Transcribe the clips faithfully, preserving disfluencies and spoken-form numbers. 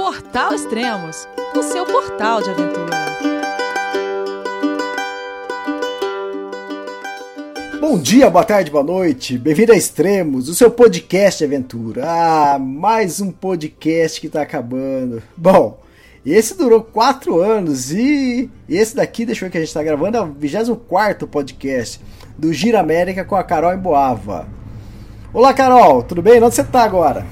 Portal Extremos, o seu portal de aventura. Bom dia, boa tarde, boa noite, bem-vindo a Extremos, o seu podcast de aventura. Ah, mais um podcast que tá acabando. Bom, esse durou quatro anos e esse daqui, deixa eu ver que a gente tá gravando, é o vigésimo quarto podcast do Gira América com a Carol Emboava. Olá, Carol, tudo bem? Onde você tá agora?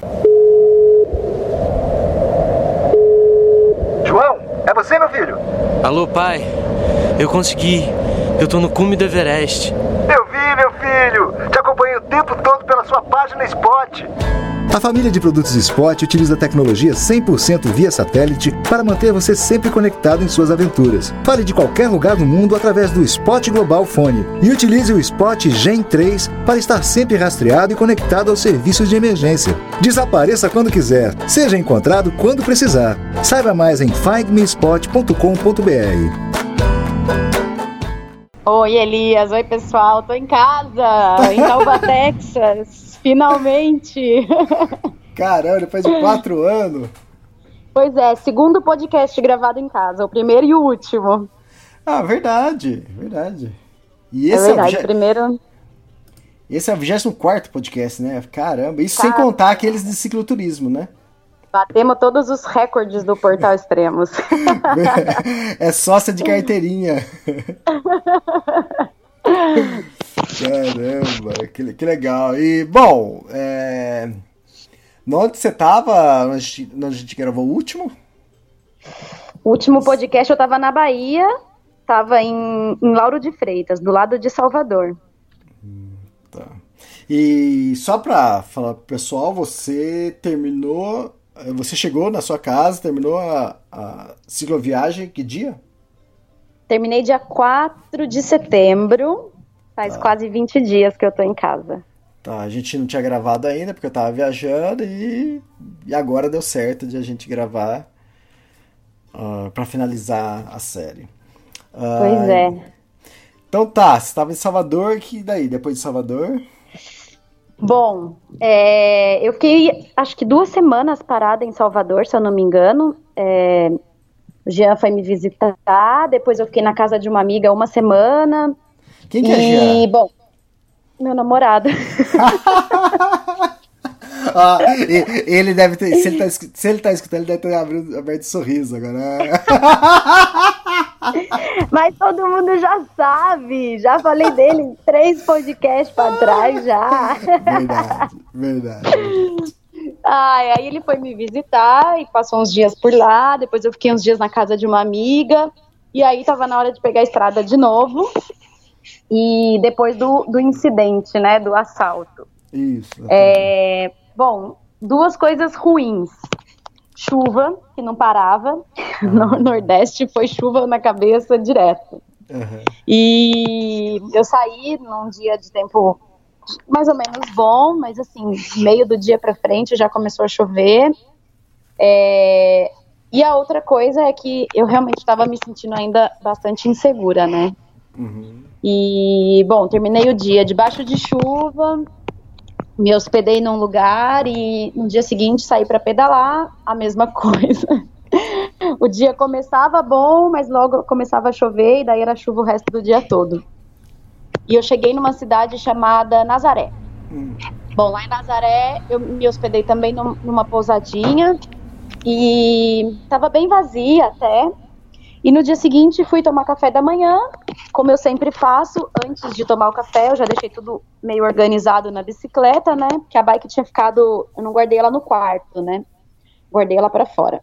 João, é você, meu filho? Alô, pai, eu consegui, eu tô no cume do Everest. Eu vi, meu filho, te acompanhei o tempo todo pela sua página Spot. A família de produtos Spot utiliza tecnologia cem por cento via satélite para manter você sempre conectado em suas aventuras. Fale de qualquer lugar do mundo através do Spot Global Fone e utilize o Spot Gen três para estar sempre rastreado e conectado aos serviços de emergência. Desapareça quando quiser, seja encontrado quando precisar. Saiba mais em find me spot ponto com ponto b r. Oi, Elias. Oi, pessoal. Tô em casa, em Tauba, Texas. Finalmente! Caramba, depois de quatro anos. Pois é, segundo podcast gravado em casa, o primeiro e o último. Ah, verdade, verdade. E esse é verdade, é o vige... primeiro... Esse é o vigésimo quarto podcast, né? Caramba, isso Caramba. Sem contar aqueles de cicloturismo, né? Batemos todos os recordes do Portal Extremos. É sócia de carteirinha. Caramba, que, que legal. E, bom, é... onde você tava? Onde a, gente, onde a gente gravou o último? O último podcast eu tava na Bahia, tava em, em Lauro de Freitas, do lado de Salvador. Hum, tá. E só pra falar pro pessoal, você terminou, você chegou na sua casa, terminou a, a cicloviagem, que dia? Terminei dia quatro de setembro. Faz tá. quase vinte dias que eu tô em casa. Tá, a gente não tinha gravado ainda, porque eu tava viajando e, e agora deu certo de a gente gravar uh, pra finalizar a série. Uh, pois é. Então tá, você tava em Salvador, que daí? Depois de Salvador? Bom, é, eu fiquei acho que duas semanas parada em Salvador, se eu não me engano. É, o Jean foi me visitar, depois eu fiquei na casa de uma amiga uma semana. Quem que é Jean? E, bom, meu namorado. Ah, ele deve ter, se ele, tá, se ele tá escutando, ele deve ter abrido, aberto sorriso agora. Mas todo mundo já sabe, já falei dele em três podcasts pra trás já. Verdade, verdade. Ai, aí ele foi me visitar e passou uns dias por lá, depois eu fiquei uns dias na casa de uma amiga, e aí tava na hora de pegar a estrada de novo. E depois do, do incidente, né, do assalto. Isso. É, bom, duas coisas ruins. Chuva, que não parava. Uhum. No Nordeste foi chuva na cabeça direto. Uhum. E eu saí num dia de tempo mais ou menos bom, mas assim, meio do dia pra frente já começou a chover. É, e a outra coisa é que eu realmente estava me sentindo ainda bastante insegura, né? Uhum. E, bom, terminei o dia debaixo de chuva, me hospedei num lugar e no dia seguinte saí para pedalar, a mesma coisa. O dia começava bom, mas logo começava a chover e daí era chuva o resto do dia todo. E eu cheguei numa cidade chamada Nazaré. Uhum. Bom, lá em Nazaré eu me hospedei também num, numa pousadinha e estava bem vazia até. E no dia seguinte fui tomar café da manhã, como eu sempre faço, antes de tomar o café eu já deixei tudo meio organizado na bicicleta, né, porque a bike tinha ficado, eu não guardei ela no quarto, né, guardei ela pra fora.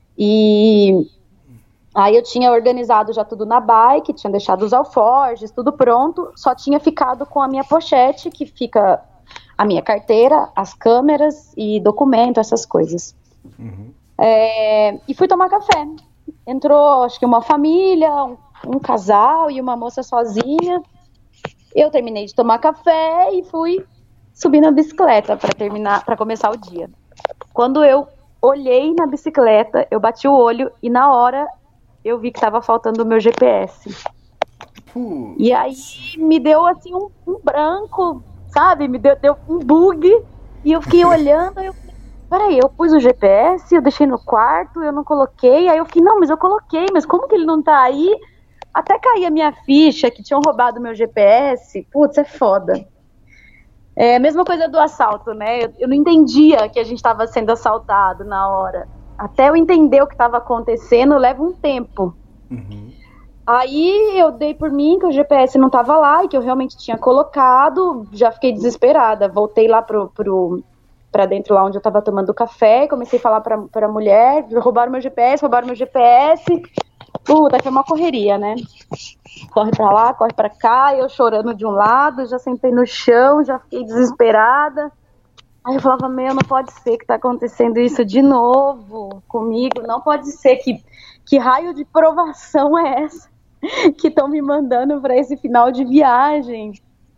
E aí eu tinha organizado já tudo na bike, tinha deixado os alforjes, tudo pronto, só tinha ficado com a minha pochete, que fica a minha carteira, as câmeras e documento, essas coisas. Uhum. É, e fui tomar café. Entrou, acho que uma família, um, um casal e uma moça sozinha. Eu terminei de tomar café e fui subir na bicicleta para terminar, para começar o dia. Quando eu olhei na bicicleta, eu bati o olho e na hora eu vi que estava faltando o meu G P S. Putz. E aí me deu assim um, um branco, sabe? Me deu, deu um bug e eu fiquei olhando e eu peraí, eu pus o G P S, eu deixei no quarto, eu não coloquei, aí eu fiquei, não, mas eu coloquei, mas como que ele não tá aí? Até cair a minha ficha, que tinham roubado meu G P S, putz, é foda. É a mesma coisa do assalto, né? Eu, eu não entendia que a gente estava sendo assaltado na hora. Até eu entender o que estava acontecendo, leva um tempo. Uhum. Aí eu dei por mim que o G P S não estava lá e que eu realmente tinha colocado, já fiquei desesperada. Voltei lá pro, pro, pra dentro, lá onde eu estava tomando café, comecei a falar pra, pra mulher, roubaram meu G P S, roubaram meu G P S. Puta, foi uma correria, né? Corre pra lá, corre pra cá, eu chorando de um lado, já sentei no chão, já fiquei desesperada. Aí eu falava, meu, não pode ser que tá acontecendo isso de novo comigo, não pode ser, que, que raio de provação é essa que estão me mandando pra esse final de viagem.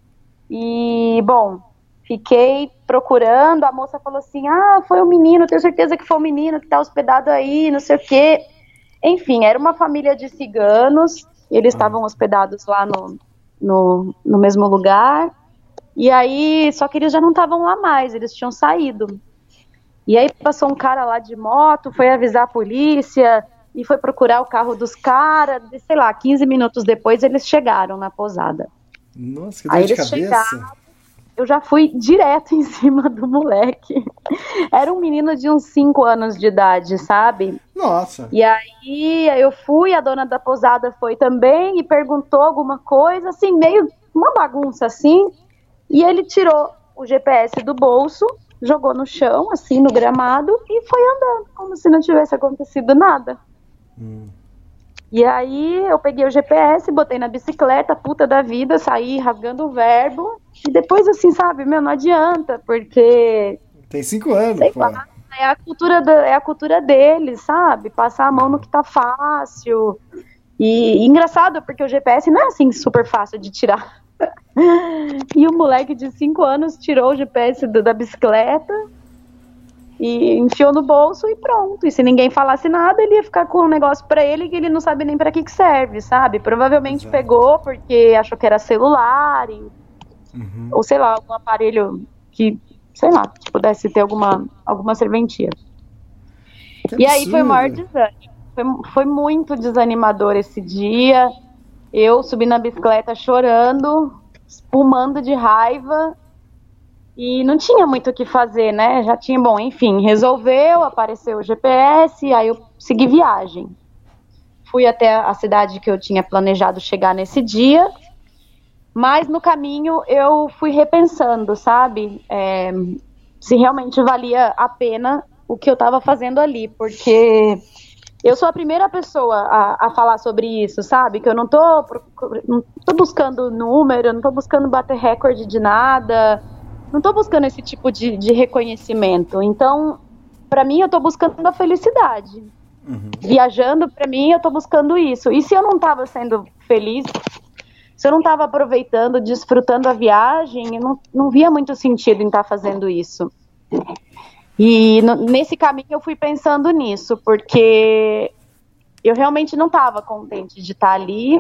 E, bom, fiquei procurando, a moça falou assim, ah, foi o menino, tenho certeza que foi o menino que tá hospedado aí, não sei o quê. Enfim, era uma família de ciganos, eles estavam hospedados lá no, no, no mesmo lugar, e aí, só que eles já não estavam lá mais, eles tinham saído. E aí passou um cara lá de moto, foi avisar a polícia, e foi procurar o carro dos caras, sei lá, quinze minutos depois eles chegaram na pousada. Nossa, que dor de cabeça. Chegaram, eu já fui direto em cima do moleque. Era um menino de uns cinco anos de idade, sabe? Nossa. E aí eu fui, a dona da pousada foi também e perguntou alguma coisa, assim, meio uma bagunça assim. E ele tirou o G P S do bolso, jogou no chão, assim, no gramado, e foi andando, como se não tivesse acontecido nada. Hum. E aí eu peguei o G P S, botei na bicicleta, puta da vida, saí rasgando o verbo. E depois, assim, sabe, meu, não adianta, porque... Tem cinco anos, sei pô. Lá, é a cultura da, é a cultura deles, sabe? Passar a mão no que tá fácil. E, e engraçado, porque o G P S não é, assim, super fácil de tirar. E o moleque de cinco anos tirou o G P S do, da bicicleta e enfiou no bolso e pronto. E se ninguém falasse nada, ele ia ficar com um negócio pra ele que ele não sabe nem pra que que serve, sabe? Provavelmente Exato. Pegou porque achou que era celular e, uhum. ou sei lá, algum aparelho que, sei lá, que pudesse ter alguma, alguma serventia. Que e absurdo. Aí foi o maior desânimo. Foi, foi muito desanimador esse dia. Eu subi na bicicleta chorando, espumando de raiva. E não tinha muito o que fazer, né? Já tinha, bom, enfim, resolveu, apareceu o G P S, aí eu segui viagem. Fui até a cidade que eu tinha planejado chegar nesse dia, mas no caminho eu fui repensando, sabe? É, se realmente valia a pena o que eu estava fazendo ali, porque eu sou a primeira pessoa a, a falar sobre isso, sabe? Que eu não tô, não tô buscando número, não tô buscando bater recorde de nada... Não tô buscando esse tipo de, de reconhecimento. Então, pra mim, eu tô buscando a felicidade. Uhum. Viajando, pra mim, eu tô buscando isso. E se eu não tava sendo feliz, se eu não tava aproveitando, desfrutando a viagem, eu não, não via muito sentido em estar fazendo isso. E no, nesse caminho eu fui pensando nisso, porque eu realmente não tava contente de estar ali.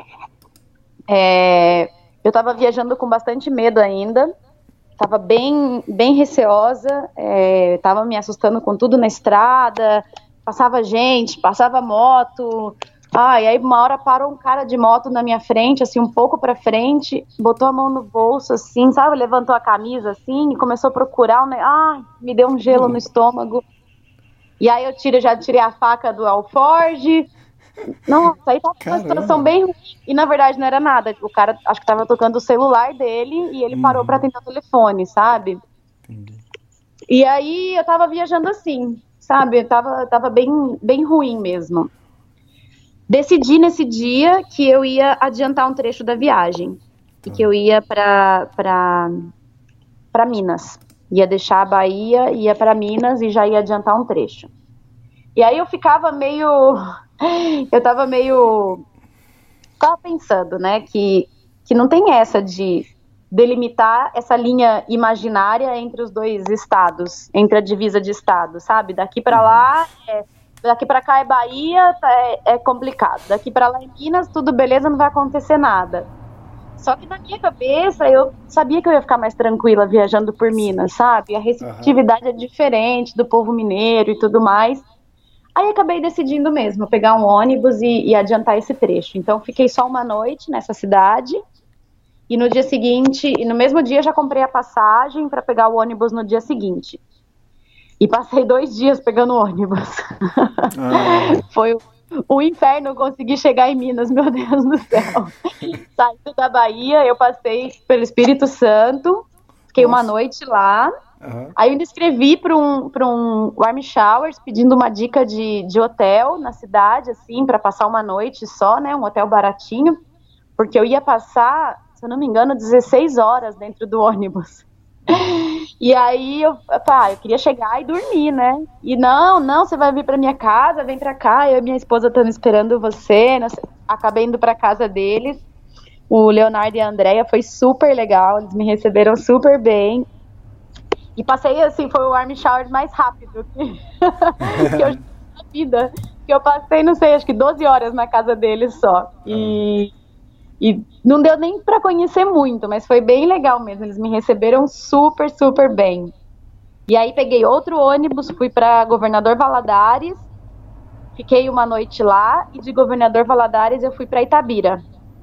É, eu tava viajando com bastante medo ainda. Tava bem, bem receosa, é, tava me assustando com tudo na estrada, passava gente, passava moto, ah, e aí uma hora parou um cara de moto na minha frente, assim, um pouco pra frente, botou a mão no bolso, assim, sabe, levantou a camisa, assim, e começou a procurar, né? Ah, me deu um gelo no estômago, e aí eu tirei, já tirei a faca do alforge. Nossa, aí tava uma situação bem ruim. E na verdade não era nada. O cara, acho que tava tocando o celular dele e ele uhum. parou pra tentar o telefone, sabe? Entendi. E aí eu tava viajando assim, sabe? Eu tava, tava bem, bem ruim mesmo. Decidi nesse dia que eu ia adiantar um trecho da viagem. Tá. E que eu ia pra, pra, pra Minas. Ia deixar a Bahia, ia pra Minas e já ia adiantar um trecho. E aí eu ficava meio... Eu tava meio... Tava pensando, né, que, que não tem essa de delimitar essa linha imaginária entre os dois estados, entre a divisa de estados, sabe? Daqui pra lá, é, daqui pra cá é Bahia, é, é complicado. Daqui pra lá é Minas, tudo beleza, não vai acontecer nada. Só que na minha cabeça, eu sabia que eu ia ficar mais tranquila viajando por Minas, sabe? A receptividade uhum. é diferente do povo mineiro e tudo mais. Aí acabei decidindo mesmo, pegar um ônibus e, e adiantar esse trecho. Então fiquei só uma noite nessa cidade. E no dia seguinte, e no mesmo dia já comprei a passagem para pegar o ônibus no dia seguinte. E passei dois dias pegando ônibus. Ah. Foi o inferno conseguir chegar em Minas, meu Deus do céu. Saindo da Bahia, eu passei pelo Espírito Santo, fiquei Nossa. uma noite lá. Uhum. Aí eu me inscrevi para um, para um Warm Showers, pedindo uma dica de, de hotel na cidade, assim, para passar uma noite só, né? Um hotel baratinho, porque eu ia passar, se eu não me engano, dezesseis horas dentro do ônibus. E aí eu, pá, eu queria chegar e dormir, né? E não, não, você vai vir pra minha casa, vem pra cá, eu e minha esposa estamos esperando você. Nós, acabei indo pra casa deles. O Leonardo e a Andrea, foi super legal, eles me receberam super bem. E passei, assim, foi o warm shower mais rápido que, que eu já fiz na vida. Que eu passei, não sei, acho que doze horas na casa deles só. E... E não deu nem para conhecer muito, mas foi bem legal mesmo. Eles me receberam super, super bem. E aí peguei outro ônibus, fui para Governador Valadares, fiquei uma noite lá, e de Governador Valadares eu fui para Itabira.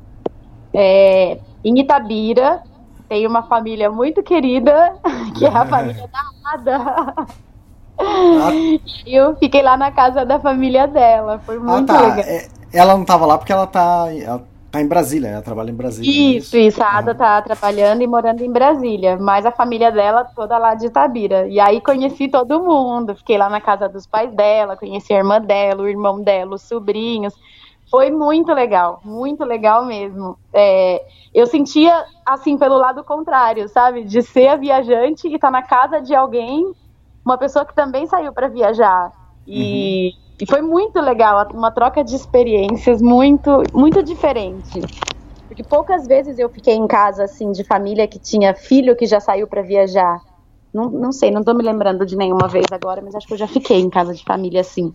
É, em Itabira tem uma família muito querida, que é a família da Ada. Ah. E eu fiquei lá na casa da família dela, foi muito ah, tá. legal. É, ela não estava lá porque ela tá... Ela... Tá em Brasília, ela trabalha em Brasília. Isso, é isso, isso. A Ada ah. tá trabalhando e morando em Brasília, mas a família dela toda lá de Itabira. E aí conheci todo mundo, fiquei lá na casa dos pais dela, conheci a irmã dela, o irmão dela, os sobrinhos. Foi muito legal, muito legal mesmo. É, eu sentia, assim, pelo lado contrário, sabe? De ser a viajante e estar tá na casa de alguém, uma pessoa que também saiu para viajar. E... Uhum. E foi muito legal, uma troca de experiências muito, muito diferente. Porque poucas vezes eu fiquei em casa, assim, de família que tinha filho que já saiu para viajar. Não, não sei, não tô me lembrando de nenhuma vez agora, mas acho que eu já fiquei em casa de família, assim.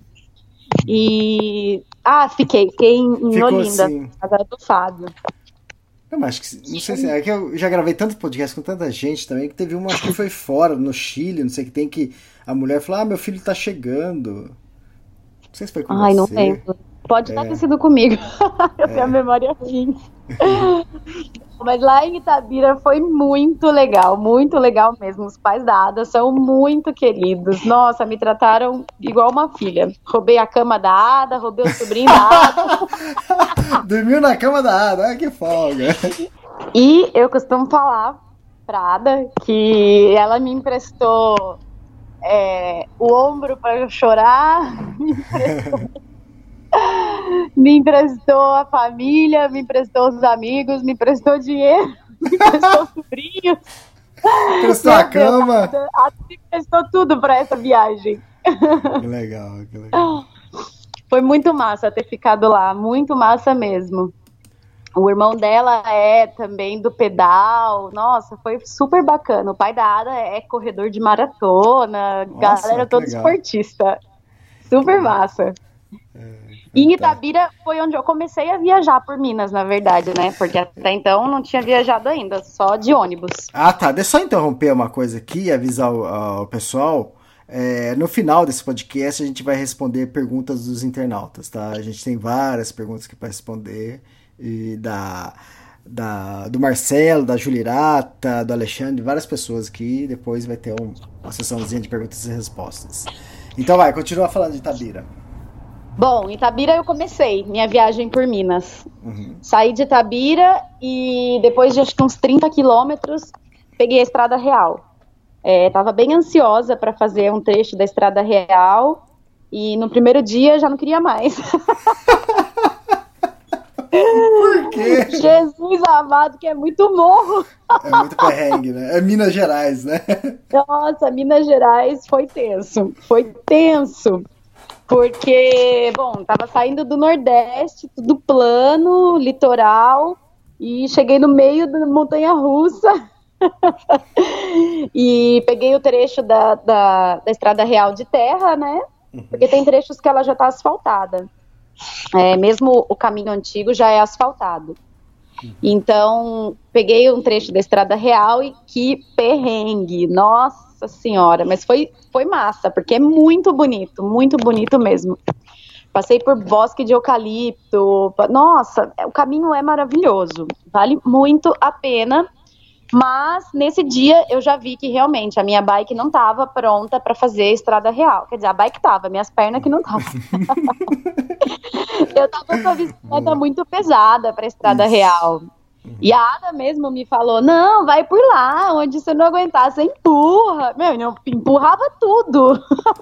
E... Ah, fiquei, fiquei em, em Olinda, assim. Na casa do Fábio. Eu acho que, não sei se é que eu já gravei tanto podcast com tanta gente também, que teve uma, acho que foi fora, no Chile, não sei o que tem, que a mulher falou, ah, meu filho tá chegando... Não sei se foi com Ai, você. não lembro. Pode é. ter sido comigo. Eu é. tenho a memória ruim. Mas lá em Itabira foi muito legal, muito legal mesmo. Os pais da Ada são muito queridos. Nossa, me trataram igual uma filha. Roubei a cama da Ada, roubei o sobrinho da Ada. Dormiu na cama da Ada, ai que folga. E eu costumo falar pra Ada que ela me emprestou... É, o ombro para eu chorar, me emprestou, me emprestou a família, me emprestou os amigos, me emprestou dinheiro, me emprestou sobrinhos, emprestou a cama, me emprestou tudo para essa viagem. Que legal, que legal. Foi muito massa ter ficado lá, muito massa mesmo. O irmão dela é também do pedal. Nossa, foi super bacana. O pai da Ada é corredor de maratona. Nossa, galera toda esportista. Super massa. É, e em Itabira foi onde eu comecei a viajar por Minas, na verdade, né? Porque até então não tinha viajado ainda, só de ônibus. Ah, tá. Deixa eu só interromper uma coisa aqui e avisar o, o pessoal. É, no final desse podcast a gente vai responder perguntas dos internautas, tá? A gente tem várias perguntas aqui para responder. E da, da, do Marcelo, da Julirata, do Alexandre, várias pessoas aqui. Depois vai ter um, uma sessãozinha de perguntas e respostas. Então vai, continua falando de Itabira. Bom, em Itabira eu comecei minha viagem por Minas. Uhum. Saí de Itabira e depois de acho que uns trinta quilômetros peguei a Estrada Real. É, tava bem ansiosa para fazer um trecho da Estrada Real e no primeiro dia já não queria mais. Por quê? Jesus amado, que é muito morro. É muito perrengue, né? É Minas Gerais, né? Nossa, Minas Gerais foi tenso. Foi tenso. Porque, bom, tava saindo do Nordeste, tudo plano, litoral, e cheguei no meio da montanha-russa. E peguei o trecho da, da, da Estrada Real de terra, né? Porque tem trechos que ela já tá asfaltada. É, mesmo o caminho antigo já é asfaltado. Então, peguei um trecho da Estrada Real e que perrengue, nossa senhora, mas foi, foi massa, porque é muito bonito, muito bonito mesmo. Passei por bosque de eucalipto, nossa, o caminho é maravilhoso, vale muito a pena, mas nesse dia eu já vi que realmente a minha bike não estava pronta para fazer a Estrada Real, quer dizer, a bike estava, minhas pernas que não estavam. Eu estava com a bicicleta muito pesada para a Estrada Real. E a Ada mesmo me falou, não, vai por lá, onde você não aguentar, você empurra. Meu, eu empurrava tudo.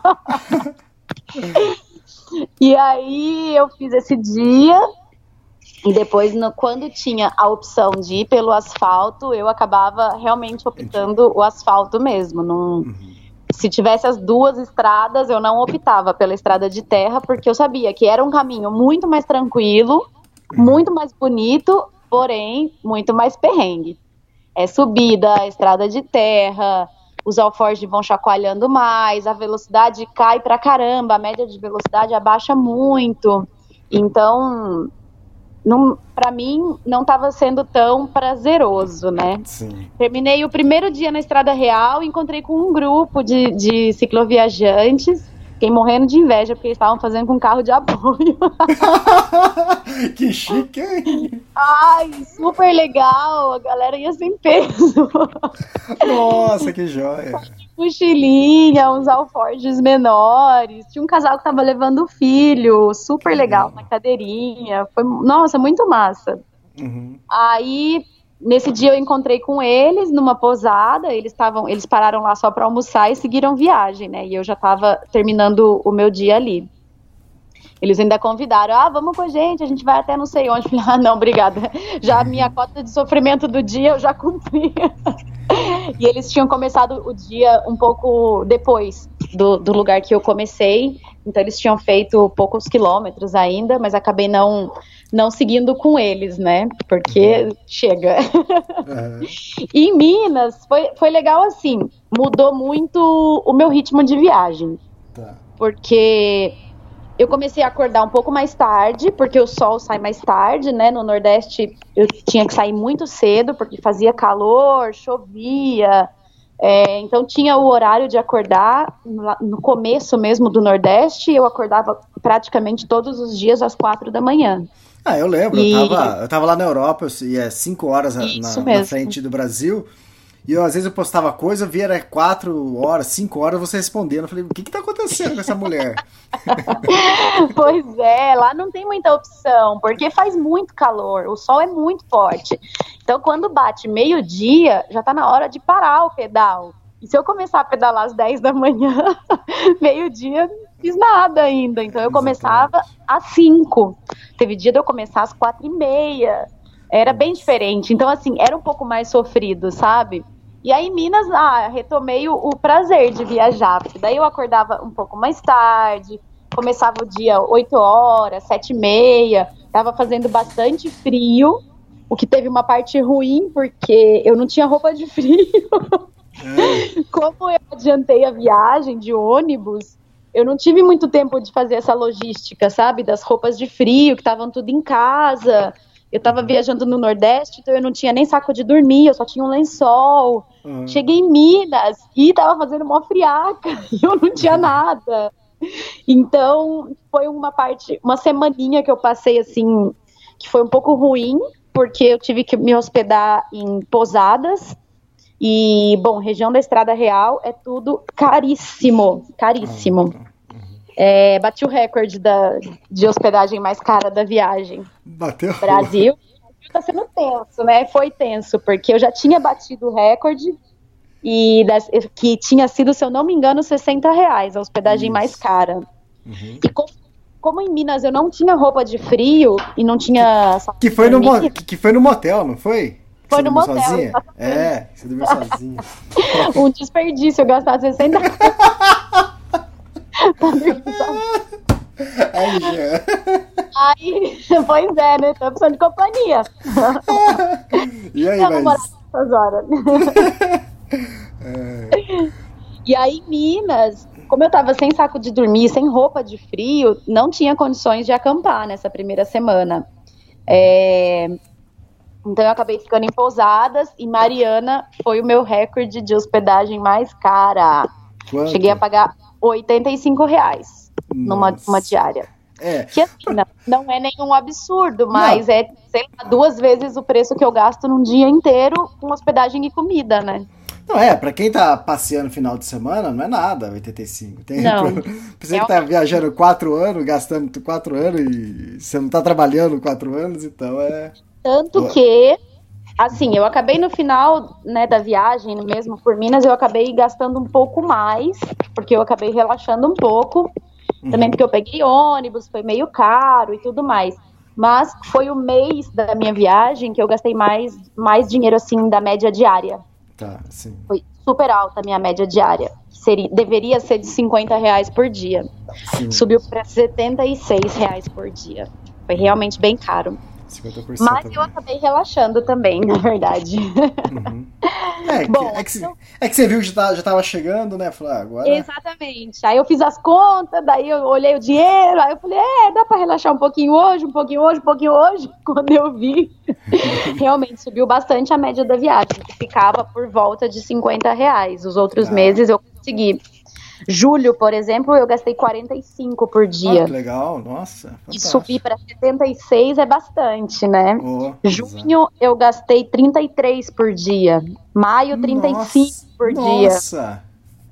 E aí eu fiz esse dia, e depois no, quando tinha a opção de ir pelo asfalto, eu acabava realmente optando o asfalto mesmo. Não, uhum. Se tivesse as duas estradas, eu não optava pela estrada de terra, porque eu sabia que era um caminho muito mais tranquilo, uhum. muito mais bonito, porém muito mais perrengue. É subida, estrada de terra, os alforjes vão chacoalhando mais, a velocidade cai pra caramba, a média de velocidade abaixa muito. Então, não, pra mim, não estava sendo tão prazeroso, né? Sim. Terminei o primeiro dia na Estrada Real, encontrei com um grupo de, de cicloviajantes, fiquei morrendo de inveja, porque eles estavam fazendo com carro de apoio. Que chique, hein? Ai, super legal, a galera ia sem peso. Nossa, que joia. Mochilinha, uns alforjes menores, tinha um casal que tava levando o filho, super legal, na cadeirinha, foi, nossa, muito massa. Uhum. Aí, nesse dia eu encontrei com eles numa pousada, eles estavam, eles pararam lá só para almoçar e seguiram viagem, né, e eu já tava terminando o meu dia ali. Eles ainda convidaram, ah, vamos com a gente, a gente vai até não sei onde. Falei, ah, não, obrigada. Já a minha cota de sofrimento do dia eu já cumpri. E eles tinham começado o dia um pouco depois do, do lugar que eu comecei. Então eles tinham feito poucos quilômetros ainda, mas acabei não, não seguindo com eles, né? Porque uhum. chega. Uhum. E em Minas, foi, foi legal assim, mudou muito o meu ritmo de viagem. Tá. Porque eu comecei a acordar um pouco mais tarde, porque o sol sai mais tarde, né? No Nordeste eu tinha que sair muito cedo, porque fazia calor, chovia. É, então tinha o horário de acordar. No começo mesmo do Nordeste, eu acordava praticamente todos os dias às quatro da manhã. Ah, eu lembro. E... Eu, tava, eu tava lá na Europa, eu ia cinco horas na, na frente do Brasil. E eu, às vezes eu postava coisa, eu via era quatro horas, cinco horas, você respondendo. Eu falei, o que que tá acontecendo com essa mulher? Pois é, lá não tem muita opção, porque faz muito calor, o sol é muito forte. Então, quando bate meio-dia, já tá na hora de parar o pedal. E se eu começar a pedalar às dez da manhã, meio-dia, não fiz nada ainda. Então, eu começava às cinco. Teve dia de eu começar às quatro e meia. Era bem diferente. Então, assim, era um pouco mais sofrido, sabe? E aí, em Minas, ah, retomei o, o prazer de viajar. Porque daí eu acordava um pouco mais tarde, começava o dia oito horas, sete e meia. Tava fazendo bastante frio, o que teve uma parte ruim, porque eu não tinha roupa de frio. É. Como eu adiantei a viagem de ônibus, eu não tive muito tempo de fazer essa logística, sabe? Das roupas de frio, que estavam tudo em casa. Eu tava viajando no Nordeste, então eu não tinha nem saco de dormir, eu só tinha um lençol. Uhum. Cheguei em Minas e tava fazendo uma friaca e eu não tinha nada. Então, foi uma parte, uma semaninha que eu passei, assim, que foi um pouco ruim, porque eu tive que me hospedar em pousadas. E, bom, região da Estrada Real é tudo caríssimo, caríssimo. Uhum. É, bati o recorde da, de hospedagem mais cara da viagem. Bateu? Brasil. Tá sendo tenso, né? Foi tenso, porque eu já tinha batido o recorde, e das, que tinha sido, se eu não me engano, sessenta reais, a hospedagem Isso. mais cara. Uhum. E como, como em Minas eu não tinha roupa de frio e não tinha... Que, que, foi, no mo- que foi no motel, não foi? Foi você no motel. Sozinha? É, você dormiu sozinha. Um desperdício, eu gastar sessenta reais. Aí, já. Aí, pois é, né? Tô precisando de companhia. E aí, mas... mas... horas. É. E aí, em Minas, como eu tava sem saco de dormir, sem roupa de frio, não tinha condições de acampar nessa primeira semana. É... Então eu acabei ficando em Pousadas e Mariana foi o meu recorde de hospedagem mais cara. Quanto? Cheguei a pagar oitenta e cinco reais numa, numa diária. É. Que assim, não, não é nenhum absurdo, mas não. é, sei lá, duas vezes o preço que eu gasto num dia inteiro com hospedagem e comida, né? Não, é, pra quem tá passeando no final de semana, não é nada, oitenta e cinco. Tem, não. Pra, pra você que tá viajando quatro anos, gastando quatro anos e você não tá trabalhando quatro anos, então é... Tanto que, assim, eu acabei no final, né, da viagem, mesmo por Minas, eu acabei gastando um pouco mais, porque eu acabei relaxando um pouco, uhum. também porque eu peguei ônibus, foi meio caro e tudo mais. Mas foi o mês da minha viagem que eu gastei mais, mais dinheiro, assim, da média diária. Tá, sim. Foi super alta a minha média diária. Seria, deveria ser de cinquenta reais por dia. Sim. Subiu para setenta e seis reais por dia. Foi realmente bem caro. cinquenta por cento Mas também. Eu acabei relaxando também, na verdade. Uhum. É, Bom, que, é, que, então... é que você viu que já estava chegando, né? Falei, ah, agora... Exatamente. Aí eu fiz as contas, daí eu olhei o dinheiro, aí eu falei, é, dá para relaxar um pouquinho hoje, um pouquinho hoje, um pouquinho hoje. Quando eu vi, realmente subiu bastante a média da viagem, que ficava por volta de cinquenta reais. Os outros ah. meses eu consegui. Julho, por exemplo, eu gastei quarenta e cinco por dia. Ah, que legal, nossa. Fantástico. E subir para setenta e seis é bastante, né? Oh, Junho, exato. Eu gastei trinta e três por dia. Maio, trinta e cinco nossa, por nossa. dia. Nossa!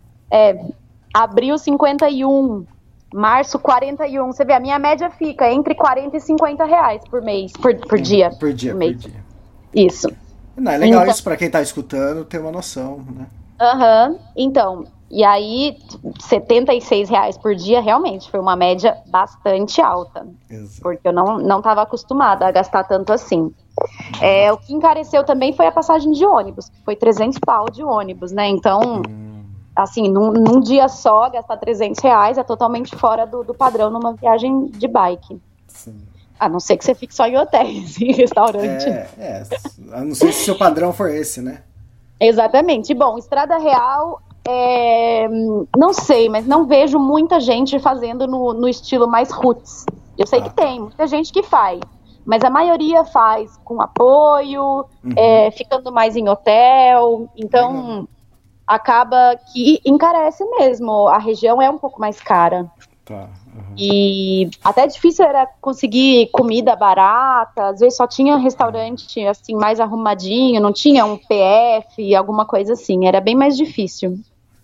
É, abril, cinquenta e um. Março, quarenta e um. Você vê, a minha média fica entre quarenta e cinquenta reais por mês, por, por é, dia. Por dia, por, por mês. dia. Isso. Não, é legal então, isso para quem tá escutando ter uma noção, né? Aham, uhum, então... E aí, setenta e seis reais por dia, realmente, foi uma média bastante alta. Exato. Porque eu não, não estava acostumada a gastar tanto assim. É, o que encareceu também foi a passagem de ônibus, que foi trezentos pau de ônibus, né? Então, hum. assim, num, num dia só, gastar trezentos reais é totalmente fora do, do padrão numa viagem de bike. Sim. A não ser que você fique só em hotéis, em restaurante. É, é, a não ser se o seu padrão for esse, né? Exatamente. Bom, Estrada Real... É, não sei, mas não vejo muita gente fazendo no, no estilo mais roots. Eu sei ah. que tem muita gente que faz, mas a maioria faz com apoio, uhum. é, ficando mais em hotel, então uhum. acaba que encarece mesmo. A região é um pouco mais cara. Tá. Uhum. E até difícil era conseguir comida barata, às vezes só tinha restaurante assim mais arrumadinho, não tinha um P F, alguma coisa assim, era bem mais difícil.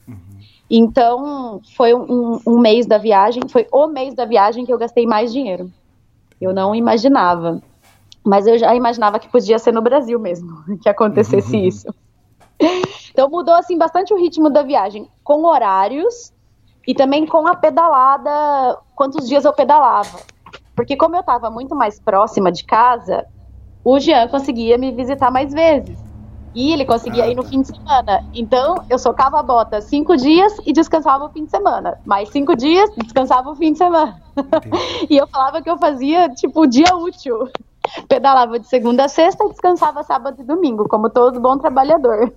Então, foi um, um mês da viagem, foi o mês da viagem que eu gastei mais dinheiro. Eu não imaginava. Mas eu já imaginava que podia ser no Brasil mesmo, que acontecesse uhum. isso. Então, mudou, assim, bastante o ritmo da viagem, com horários e também com a pedalada, quantos dias eu pedalava. Porque como eu estava muito mais próxima de casa, o Jean conseguia me visitar mais vezes. E ele conseguia ah, ir no fim de semana. Então, eu socava a bota cinco dias e descansava o fim de semana. Mais cinco dias, descansava o fim de semana. E eu falava que eu fazia, tipo, dia útil. Pedalava de segunda a sexta e descansava sábado e domingo, como todo bom trabalhador.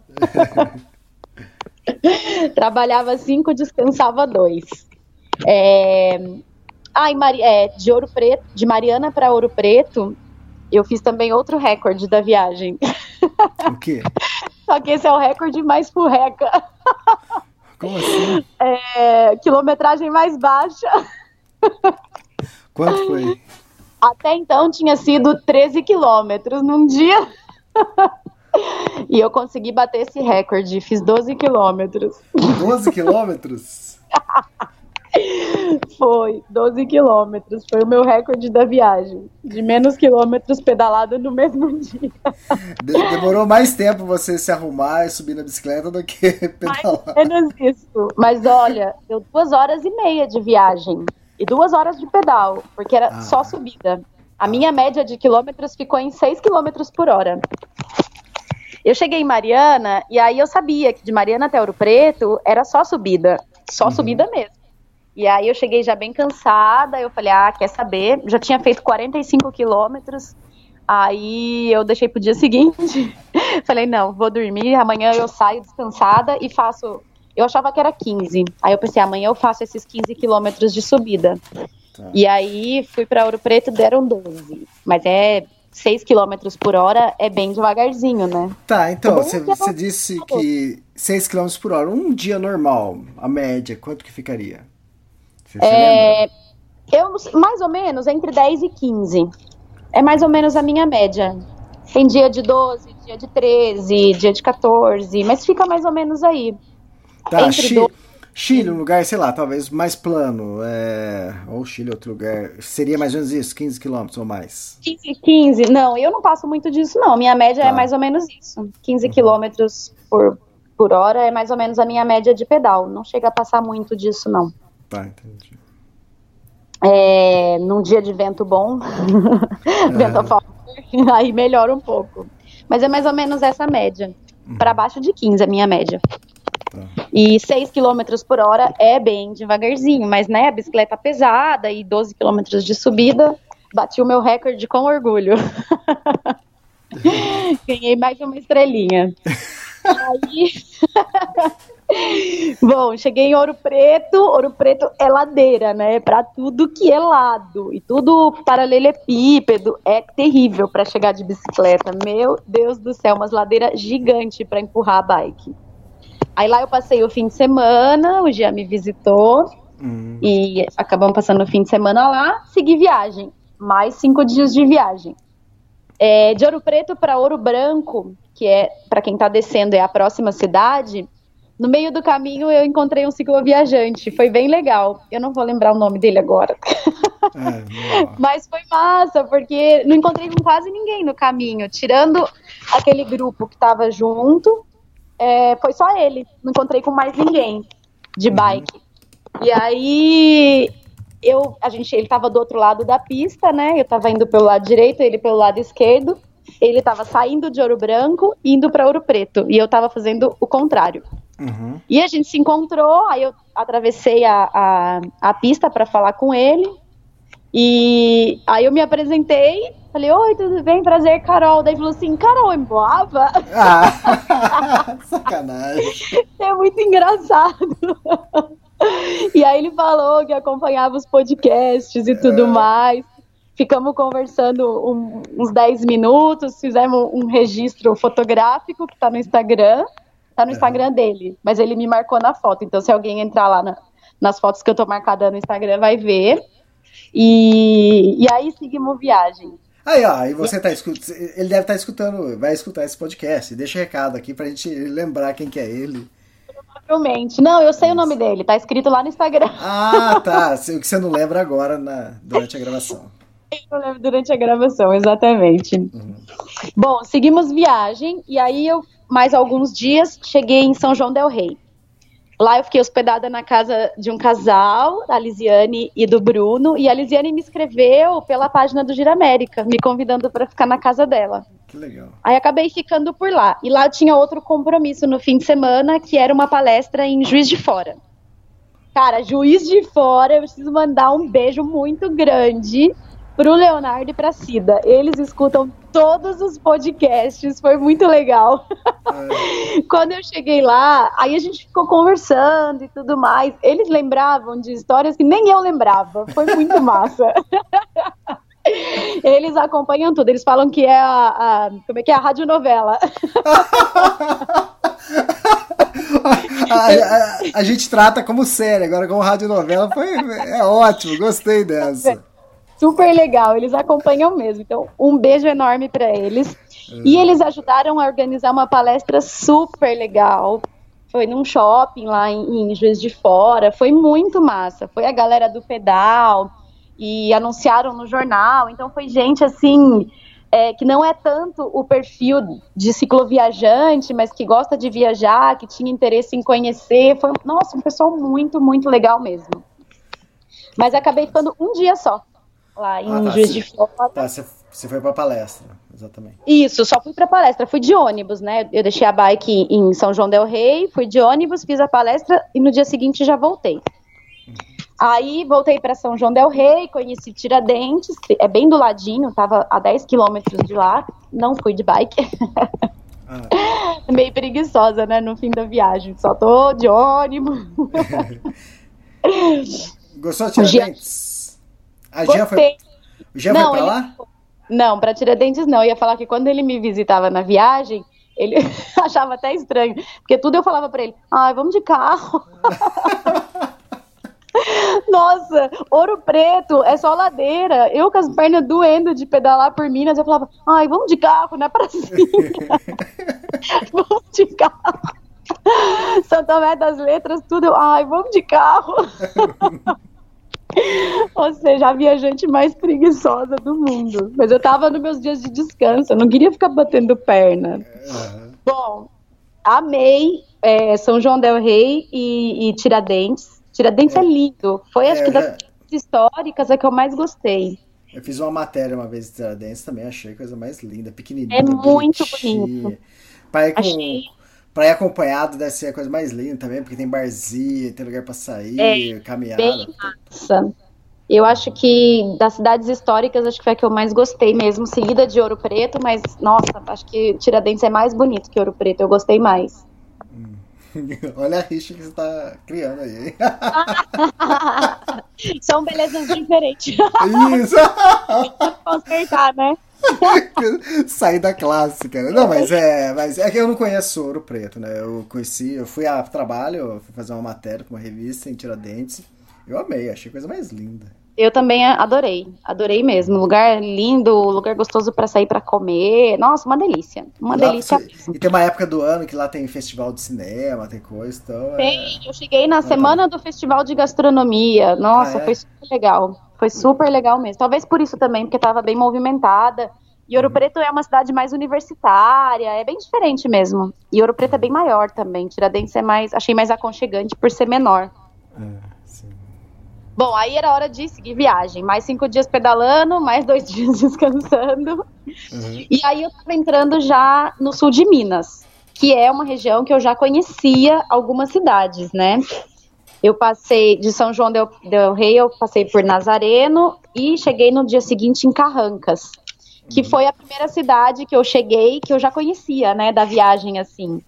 Trabalhava cinco, descansava dois. É... Ah, e Mari... é, de Ouro Preto, de Mariana para Ouro Preto, eu fiz também outro recorde da viagem. O quê? Só que esse é o recorde mais furreca. Como assim? É, quilometragem mais baixa. Quanto foi? Até então tinha sido treze quilômetros num dia. E eu consegui bater esse recorde. Fiz doze quilômetros. doze quilômetros? Foi, doze quilômetros. Foi o meu recorde da viagem. De menos quilômetros pedalado no mesmo dia. Demorou mais tempo você se arrumar e subir na bicicleta do que pedalar. Mais ou menos isso. Mas olha, deu duas horas e meia de viagem. E duas horas de pedal. Porque era ah. só subida. A minha média de quilômetros ficou em seis quilômetros por hora. Eu cheguei em Mariana e aí eu sabia que de Mariana até Ouro Preto era só subida. Só uhum. subida mesmo. E aí eu cheguei já bem cansada, eu falei, ah, quer saber? Já tinha feito quarenta e cinco quilômetros, aí eu deixei pro dia seguinte. Falei, não, vou dormir, amanhã eu saio descansada e faço... Eu achava que era quinze, aí eu pensei, amanhã eu faço esses quinze quilômetros de subida. Tá. E aí fui pra Ouro Preto, deram doze. Mas é seis quilômetros por hora é bem devagarzinho, né? Tá, então, você, você disse que seis quilômetros por hora, um dia normal, a média, quanto que ficaria? Você é, eu, mais ou menos, entre dez e quinze. É mais ou menos a minha média. Tem dia de doze, dia de treze, dia de quatorze, mas fica mais ou menos aí. Tá, entre Chile, doze... Chile, um lugar, sei lá, talvez mais plano, é... ou Chile, outro lugar, seria mais ou menos isso, quinze quilômetros ou mais? quinze, quinze, não, eu não passo muito disso não, minha média tá. É mais ou menos isso, quinze uhum. quilômetros por, por hora é mais ou menos a minha média de pedal, não chega a passar muito disso não. Tá, entendi. É, num dia de vento bom, vento a favor, aí melhora um pouco. Mas é mais ou menos essa média. Uhum. Para baixo de quinze a minha média. Tá. E seis quilômetros por hora é bem devagarzinho, mas né, a bicicleta pesada e doze quilômetros de subida, bati o meu recorde com orgulho. Ganhei mais uma estrelinha. Aí... Bom, cheguei em Ouro Preto. Ouro Preto é ladeira, né? Pra tudo que é lado. E tudo paralelepípedo. É terrível pra chegar de bicicleta. Meu Deus do céu, umas ladeiras gigantes pra empurrar a bike. Aí lá eu passei o fim de semana, o Jean me visitou. Hum. E acabamos passando o fim de semana lá. Segui viagem. Mais cinco dias de viagem. É, de Ouro Preto pra Ouro Branco, que é, pra quem tá descendo, é a próxima cidade. No meio do caminho eu encontrei um cicloviajante, foi bem legal. Eu não vou lembrar o nome dele agora. É, mas foi massa, porque não encontrei com quase ninguém no caminho. Tirando aquele grupo que tava junto, é, foi só ele. Não encontrei com mais ninguém de bike. Uhum. E aí, eu, a gente, ele tava do outro lado da pista, né? Eu tava indo pelo lado direito, ele pelo lado esquerdo. Ele tava saindo de Ouro Branco, indo para Ouro Preto. E eu tava fazendo o contrário. Uhum. E a gente se encontrou, aí eu atravessei a, a, a pista para falar com ele, e aí eu me apresentei, falei, oi, tudo bem? Prazer, Carol. Daí ele falou assim, Carol Emboava? Ah, sacanagem. É muito engraçado. E aí ele falou que acompanhava os podcasts e tudo é. mais. Ficamos conversando um, uns dez minutos, fizemos um registro fotográfico que tá no Instagram. Tá no Instagram dele, mas ele me marcou na foto. Então, se alguém entrar lá na, nas fotos que eu tô marcada no Instagram, vai ver. E, e aí, seguimos viagem. Aí, ó, e você tá escutando. Ele deve estar tá escutando, vai escutar esse podcast. Deixa um recado aqui pra gente lembrar quem que é ele. Provavelmente. Não, eu sei Isso. o nome dele, tá escrito lá no Instagram. Ah, tá. O que você não lembra agora na, durante a gravação. Eu lembro durante a gravação, exatamente. Uhum. Bom, seguimos viagem, e aí eu, mais alguns dias, cheguei em São João del Rei. Lá eu fiquei hospedada na casa de um casal, da Lisiane e do Bruno, e a Lisiane me escreveu pela página do Gira América, me convidando para ficar na casa dela. Que legal. Aí acabei ficando por lá. E lá tinha outro compromisso no fim de semana, que era uma palestra em Juiz de Fora. Cara, Juiz de Fora, eu preciso mandar um beijo muito grande pro Leonardo e pra Cida. Eles escutam todos os podcasts, foi muito legal. É. Quando eu cheguei lá, aí a gente ficou conversando e tudo mais. Eles lembravam de histórias que nem eu lembrava. Foi muito massa. Eles acompanham tudo. Eles falam que é a, a como é que é a radionovela. a, a, a gente trata como série, agora como radionovela foi, é ótimo, gostei dessa. Super legal, eles acompanham mesmo. Então, um beijo enorme para eles. É. E eles ajudaram a organizar uma palestra super legal. Foi num shopping lá em, em Juiz de Fora. Foi muito massa. Foi a galera do pedal e anunciaram no jornal. Então, foi gente assim, é, que não é tanto o perfil de cicloviajante, mas que gosta de viajar, que tinha interesse em conhecer. Foi, nossa, um pessoal muito, muito legal mesmo. Mas acabei ficando um dia só. Lá em ah, tá, Juiz cê, de Fora. Tá, você foi pra palestra, exatamente. Isso, só fui pra palestra. Fui de ônibus, né? Eu deixei a bike em São João del Rei, fui de ônibus, fiz a palestra e no dia seguinte já voltei. Uhum. Aí voltei pra São João del Rei, conheci Tiradentes, que é bem do ladinho, tava a dez quilômetros de lá. Não fui de bike. Ah. Meio preguiçosa, né? No fim da viagem. Só tô de ônibus. Gostou de Tiradentes? A Gia foi, já foi pra lá? Não, para Tiradentes não. Eu ia falar que quando ele me visitava na viagem, ele achava até estranho, porque tudo eu falava para ele, ai, vamos de carro. Nossa, Ouro Preto é só ladeira. Eu com as pernas doendo de pedalar por Minas, eu falava, ai, vamos de carro, não é pra cima. Vamos de carro. São Tomé das Letras, tudo, ai, vamos de carro. Ou seja, a viajante mais preguiçosa do mundo. Mas eu tava nos meus dias de descanso, eu não queria ficar batendo perna. Uhum. Bom, amei é, São João del Rei e, e Tiradentes. Tiradentes é, é lindo. Foi, é, acho que, das já... históricas a que eu mais gostei. Eu fiz uma matéria uma vez de Tiradentes, também achei a coisa mais linda, pequenininha. É muito bonito. Pra ir, com... achei... pra ir acompanhado deve ser a coisa mais linda também, porque tem barzinho, tem lugar pra sair, é, caminhada. Bem massa. Eu acho que das cidades históricas, acho que foi a que eu mais gostei mesmo, seguida de Ouro Preto, mas, nossa, acho que Tiradentes é mais bonito que Ouro Preto, eu gostei mais. Olha a rixa que você tá criando aí. São belezas diferentes. Isso! Consertar, né? Sair da clássica. Não, mas é, mas é que eu não conheço Ouro Preto, né? Eu conheci, eu fui a trabalho, fui fazer uma matéria com uma revista em Tiradentes. Eu amei, achei a coisa mais linda. Eu também adorei, adorei mesmo. Lugar lindo, lugar gostoso pra sair pra comer. Nossa, uma delícia, uma lá, delícia. E tem uma época do ano que lá tem festival de cinema, tem coisa, então... Tem, é... eu cheguei na ah, semana tá. do festival de gastronomia. Nossa, ah, é? Foi super legal. Foi super legal mesmo. Talvez por isso também, porque tava bem movimentada. E Ouro Preto é uma cidade mais universitária, é bem diferente mesmo. E Ouro Preto é bem maior também. Tiradentes é mais, achei mais aconchegante por ser menor. É. Bom, aí era hora de seguir viagem. Mais cinco dias pedalando, mais dois dias descansando. Uhum. E aí eu tava entrando já no sul de Minas, que é uma região que eu já conhecia algumas cidades, né? Eu passei de São João del, del Rei, eu passei por Nazareno e cheguei no dia seguinte em Carrancas, que foi a primeira cidade que eu cheguei, que eu já conhecia, né, da viagem, assim.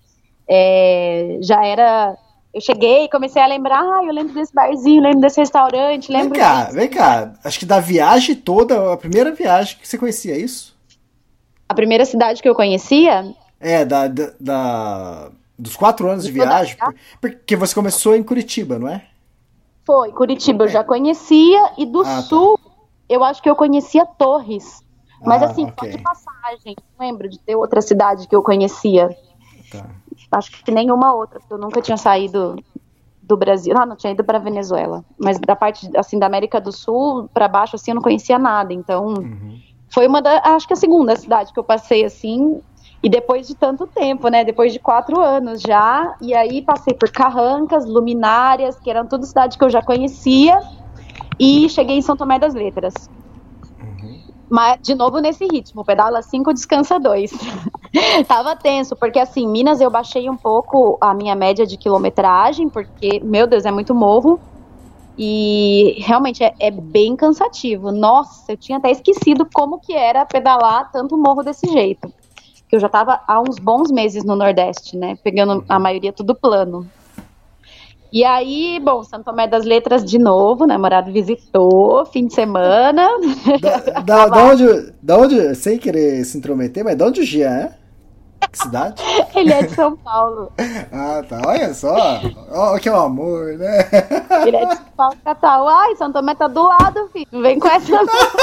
É, já era... Eu cheguei e comecei a lembrar, ah, eu lembro desse barzinho, lembro desse restaurante, lembro... Vem cá, disso. vem cá, acho que da viagem toda, a primeira viagem que você conhecia, é isso? A primeira cidade que eu conhecia? É, da, da, da dos quatro anos de, de viagem, porque você começou em Curitiba, não é? Foi, Curitiba eu já conhecia, e do ah, sul, tá. eu acho que eu conhecia Torres. Mas ah, assim, okay. só de passagem, não lembro de ter outra cidade que eu conhecia. Tá. Acho que nenhuma outra, porque eu nunca tinha saído do Brasil. Ah, não tinha ido para Venezuela. Mas da parte, assim, da América do Sul para baixo, assim, eu não conhecia nada. Então, uhum. foi uma da, acho que a segunda cidade que eu passei, assim, e depois de tanto tempo, né? Depois de quatro anos já. E aí passei por Carrancas, Luminárias, que eram tudo cidades que eu já conhecia. E cheguei em São Tomé das Letras. Mas, de novo, nesse ritmo, pedala cinco, descansa dois. Tava tenso, porque assim, Minas eu baixei um pouco a minha média de quilometragem, porque, meu Deus, é muito morro. E realmente é, é bem cansativo. Nossa, eu tinha até esquecido como que era pedalar tanto morro desse jeito. Porque eu já tava há uns bons meses no Nordeste, né? Pegando a maioria tudo plano. E aí, bom, São Tomé das Letras de novo, o namorado visitou, fim de semana. Da, da, da, onde, da onde, sem querer se intrometer, mas de onde o Jean é? Que cidade? Ele é de São Paulo. Ah, tá, olha só. Olha que é o amor, né? Ele é de São Paulo, catal. Ai, São Tomé tá do lado, filho. Não vem com essa.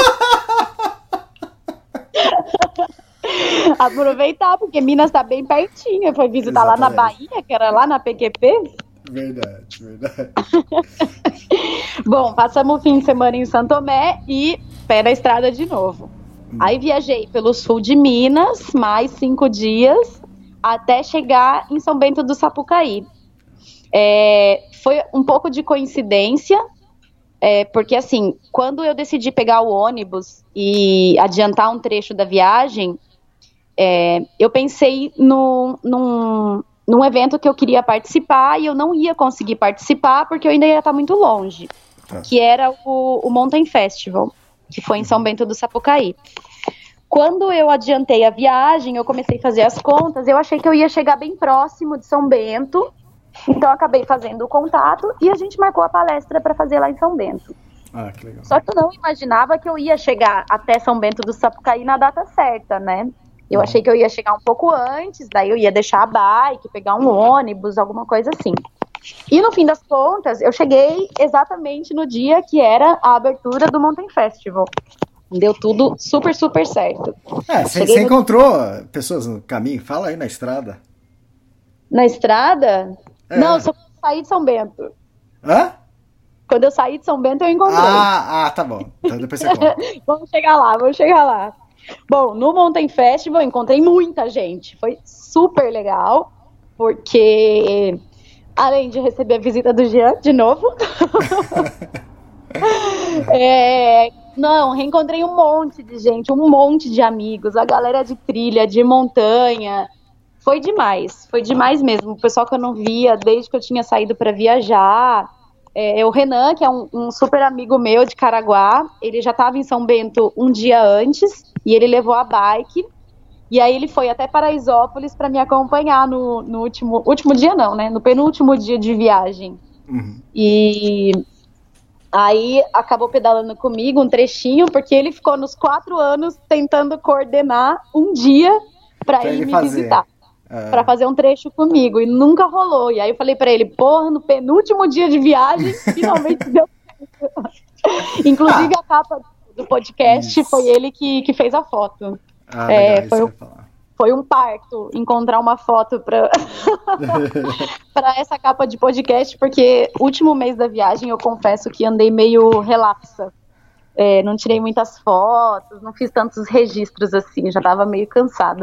Aproveitar, porque Minas tá bem pertinho. Foi visitar Exatamente. Lá na Bahia, que era lá na P Q P. Verdade, verdade. Bom, passamos o fim de semana em São Tomé e pé na estrada de novo. Hum. Aí viajei pelo sul de Minas, mais cinco dias, até chegar em São Bento do Sapucaí. É, foi um pouco de coincidência, é, porque assim, quando eu decidi pegar o ônibus e adiantar um trecho da viagem, é, eu pensei no, num... num evento que eu queria participar e eu não ia conseguir participar porque eu ainda ia estar muito longe, tá. que era o, o Mountain Festival, que foi em São Bento do Sapucaí. Quando eu adiantei a viagem, eu comecei a fazer as contas, eu achei que eu ia chegar bem próximo de São Bento, então acabei fazendo o contato e a gente marcou a palestra para fazer lá em São Bento. Ah, que legal. Só que eu não imaginava que eu ia chegar até São Bento do Sapucaí na data certa, né? Eu uhum. achei que eu ia chegar um pouco antes, daí eu ia deixar a bike, pegar um ônibus, alguma coisa assim. E no fim das contas, eu cheguei exatamente no dia que era a abertura do Mountain Festival. Deu tudo super, super certo. É, você no... encontrou pessoas no caminho? Fala aí, na estrada. Na estrada? É. Não, eu só saí de São Bento. Hã? Quando eu saí de São Bento, eu encontrei. Ah, ah tá bom. Então depois você conta. Vamos chegar lá, vamos chegar lá. Bom, no Mountain Festival eu encontrei muita gente. Foi super legal, porque além de receber a visita do Jean de novo, é, não, reencontrei um monte de gente, um monte de amigos, a galera de trilha, de montanha. Foi demais, foi demais mesmo. O pessoal que eu não via desde que eu tinha saído para viajar. É, o Renan, que é um, um super amigo meu de Caraguá, ele já estava em São Bento um dia antes e ele levou a bike. E aí ele foi até Paraisópolis para me acompanhar no, no último, último dia não, né? No penúltimo dia de viagem. Uhum. E aí acabou pedalando comigo um trechinho, porque ele ficou nos quatro anos tentando coordenar um dia para ir me fazer. visitar. É. Pra fazer um trecho comigo, e nunca rolou. E aí eu falei pra ele, porra, no penúltimo dia de viagem, finalmente deu certo. Inclusive ah. a capa do podcast Isso. foi ele que, que fez a foto. Ah, é, legal, foi, um, foi um parto encontrar uma foto pra, pra essa capa de podcast, porque último mês da viagem eu confesso que andei meio relapsa. É, não tirei muitas fotos, não fiz tantos registros assim, já tava meio cansada.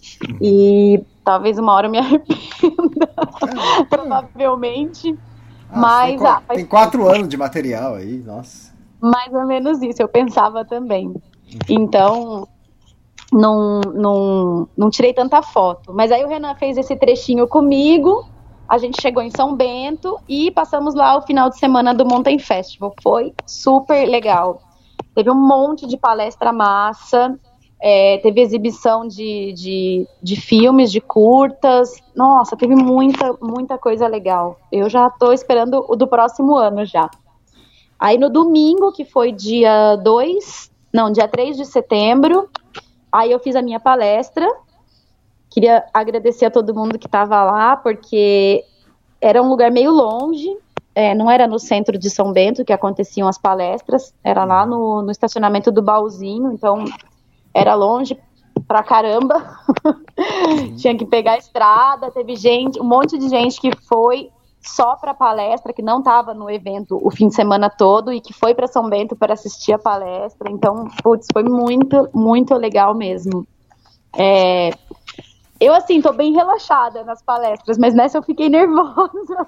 E talvez uma hora eu me arrependa, é, provavelmente. Ah, mas tem, ah, tem quatro anos de material aí, nossa. Mais ou menos isso, eu pensava também. Então, não, não, não tirei tanta foto. Mas aí o Renan fez esse trechinho comigo, a gente chegou em São Bento e passamos lá o final de semana do Mountain Festival. Foi super legal. Teve um monte de palestra massa, é, teve exibição de, de, de filmes, de curtas. Nossa, teve muita, muita coisa legal. Eu já tô esperando o do próximo ano já. Aí no domingo, que foi dia dois, não, dia três de setembro, aí eu fiz a minha palestra. Queria agradecer a todo mundo que estava lá, porque era um lugar meio longe. É, não era no centro de São Bento que aconteciam as palestras, era lá no, no estacionamento do Baúzinho, então era longe pra caramba. Tinha que pegar a estrada, teve gente, um monte de gente que foi só pra palestra, que não estava no evento o fim de semana todo e que foi pra São Bento para assistir a palestra, então, putz, foi muito, muito legal mesmo. É... Eu, assim, tô bem relaxada nas palestras, mas nessa eu fiquei nervosa.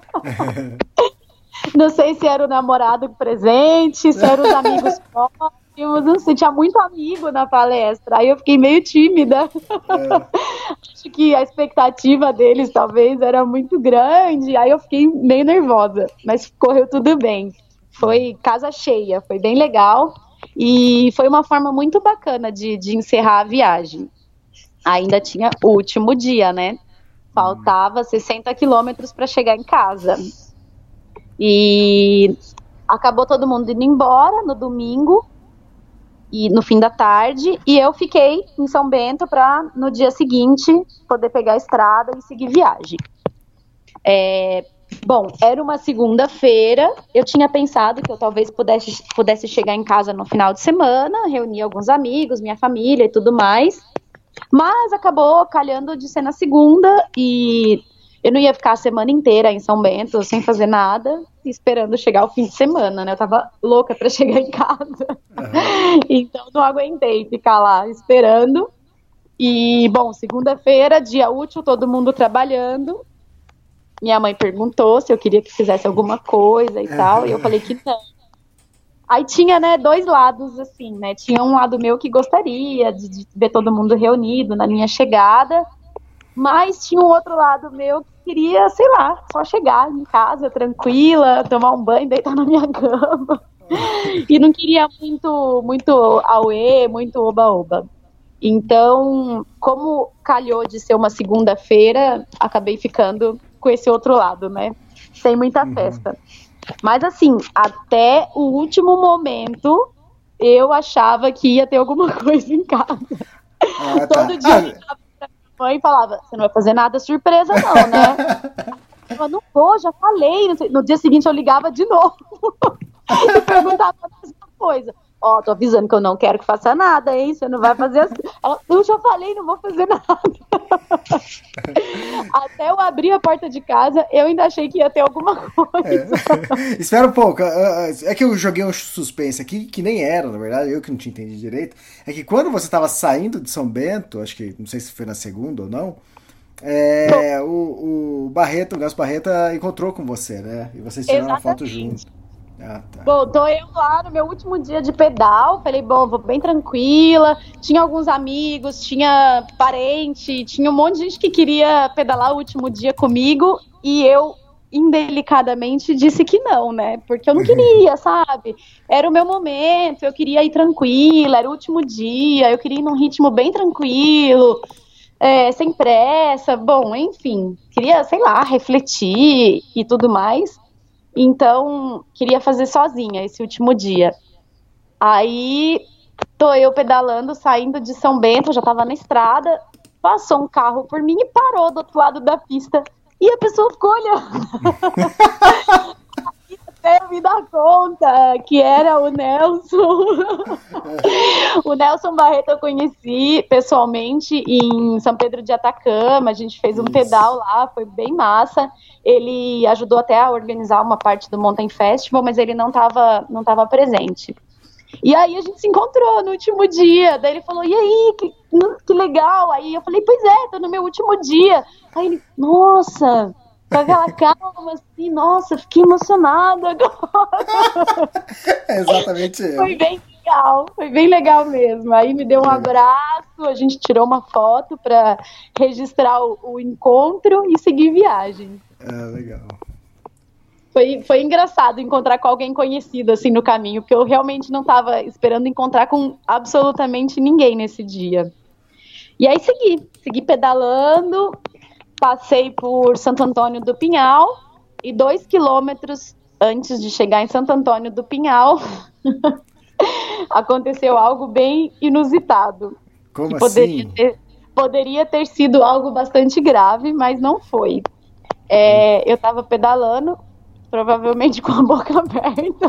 Não sei se era o namorado presente, se eram os amigos próximos, não sei, tinha muito amigo na palestra, aí eu fiquei meio tímida. É. Acho que a expectativa deles talvez era muito grande, aí eu fiquei meio nervosa, mas correu tudo bem. Foi casa cheia, foi bem legal e foi uma forma muito bacana de, de encerrar a viagem. Ainda tinha o último dia, né? Faltava sessenta quilômetros para chegar em casa. E acabou todo mundo indo embora no domingo e no fim da tarde, e eu fiquei em São Bento para no dia seguinte poder pegar a estrada e seguir viagem. É, bom, era uma segunda-feira, eu tinha pensado que eu talvez pudesse, pudesse chegar em casa no final de semana, reunir alguns amigos, minha família e tudo mais, mas acabou calhando de ser na segunda e eu não ia ficar a semana inteira em São Bento sem fazer nada, esperando chegar o fim de semana, né? Eu tava louca pra chegar em casa. Uhum. Então não aguentei ficar lá esperando. E, bom, segunda-feira, dia útil, todo mundo trabalhando. Minha mãe perguntou se eu queria que fizesse alguma coisa e uhum. tal, e eu falei que não. Aí tinha, né, dois lados, assim, né? Tinha um lado meu que gostaria de, de ver todo mundo reunido na minha chegada, mas tinha um outro lado meu que queria, sei lá, só chegar em casa tranquila, tomar um banho, deitar na minha cama. E não queria muito, muito auê, muito oba-oba. Então, como calhou de ser uma segunda-feira, acabei ficando com esse outro lado, né? Sem muita festa. Mas assim, até o último momento, eu achava que ia ter alguma coisa em casa. Ah, tá. Todo dia eu ligava pra minha mãe e falava, você não vai fazer nada surpresa não, né? Eu não vou, já falei. No dia seguinte eu ligava de novo e perguntava a mesma coisa. Ó, oh, tô avisando que eu não quero que faça nada, hein? Você não vai fazer assim. Ela, eu já falei, não vou fazer nada. Até eu abrir a porta de casa, eu ainda achei que ia ter alguma coisa. É. Espera um pouco. É que eu joguei um suspense aqui, que nem era, na verdade, eu que não tinha entendido direito. É que quando você estava saindo de São Bento, acho que, não sei se foi na segunda ou não, é, o, o Barreto, o Nelson Barreta encontrou com você, né? E vocês tiraram uma foto junto. Ah, tá. Bom, tô eu lá no meu último dia de pedal, falei, bom, vou bem tranquila, tinha alguns amigos, tinha parente, tinha um monte de gente que queria pedalar o último dia comigo, e eu, indelicadamente, disse que não, né, porque eu não queria, sabe, era o meu momento, eu queria ir tranquila, era o último dia, eu queria ir num ritmo bem tranquilo, é, sem pressa, bom, enfim, queria, sei lá, refletir e tudo mais. Então, queria fazer sozinha esse último dia. Aí, tô eu pedalando, saindo de São Bento, já tava na estrada, passou um carro por mim e parou do outro lado da pista. E a pessoa ficou olhando. Aí até eu me dar conta que era o Nelson. O Nelson Barreto eu conheci pessoalmente em São Pedro de Atacama, a gente fez um Isso. pedal lá, foi bem massa. Ele ajudou até a organizar uma parte do Mountain Festival, mas ele não estava não tava presente. E aí a gente se encontrou no último dia, daí ele falou, e aí, que, que legal. Aí eu falei, pois é, tô no meu último dia. Aí ele, nossa, com aquela calma assim, nossa, fiquei emocionada agora. É exatamente eu. Foi bem legal, foi bem legal mesmo. Aí me deu um abraço, a gente tirou uma foto para registrar o, o encontro e seguir viagem. Ah, legal. Foi, foi engraçado encontrar com alguém conhecido assim no caminho, porque eu realmente não estava esperando encontrar com absolutamente ninguém nesse dia. E aí segui, segui pedalando, passei por Santo Antônio do Pinhal e dois quilômetros antes de chegar em Santo Antônio do Pinhal aconteceu algo bem inusitado. Como que poderia assim? Ter, poderia ter sido algo bastante grave, mas não foi. É, eu estava pedalando, provavelmente com a boca aberta,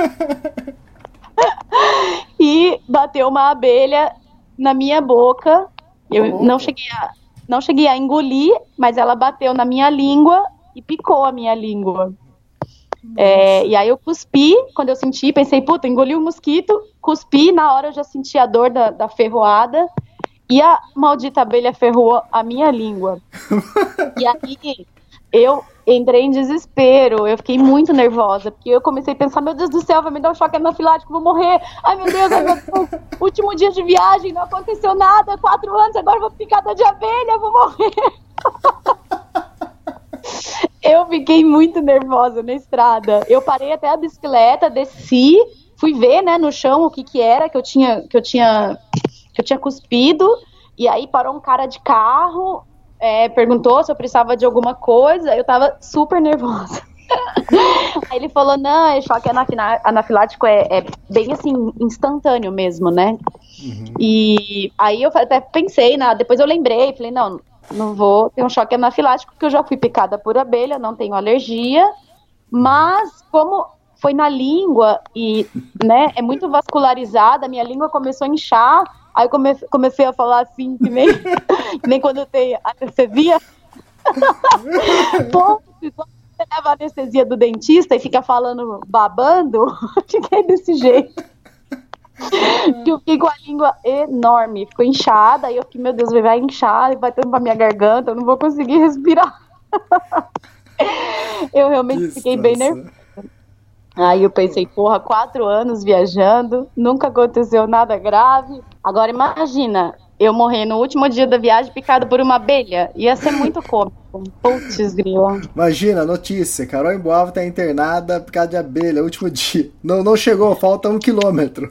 e bateu uma abelha na minha boca. Eu não cheguei, a, não cheguei a engolir, mas ela bateu na minha língua e picou a minha língua. É, e aí eu cuspi, quando eu senti, pensei, puta, engoli o mosquito, cuspi, na hora eu já senti a dor da, da ferroada, e a maldita abelha ferrou a minha língua. E aí eu entrei em desespero, eu fiquei muito nervosa, porque eu comecei a pensar, meu Deus do céu, vai me dar um choque anafilático, vou morrer, ai meu Deus, ai, meu Deus, último dia de viagem, não aconteceu nada, quatro anos, agora eu vou picada de abelha, vou morrer. Eu fiquei muito nervosa na estrada, eu parei até a bicicleta, desci, fui ver, né, no chão o que que era que eu tinha, que eu tinha, que eu tinha cuspido, e aí parou um cara de carro, É, perguntou se eu precisava de alguma coisa, eu tava super nervosa. Aí ele falou, não, é choque anafilático é, é bem assim, instantâneo mesmo, né? Uhum. E aí eu até pensei, na, depois eu lembrei, falei, não, não vou ter um choque anafilático, porque eu já fui picada por abelha, não tenho alergia, mas como foi na língua e, né, é muito vascularizada, minha língua começou a inchar. Aí eu come, comecei a falar assim, que nem, que nem quando tem anestesia. Pô, se você leva a anestesia do dentista e fica falando, babando, fiquei desse jeito. Que eu fiquei com a língua enorme, ficou inchada, aí eu fiquei, meu Deus, vai inchar, vai tampar minha garganta, eu não vou conseguir respirar. Eu realmente que fiquei bem nervosa. Aí eu pensei, porra, quatro anos viajando, nunca aconteceu nada grave. Agora imagina, eu morrer no último dia da viagem picado por uma abelha. Ia ser muito cômico. Putz, grila. Imagina, notícia, Carol Emboava tá internada picada de abelha, último dia. Não, não chegou, falta um quilômetro.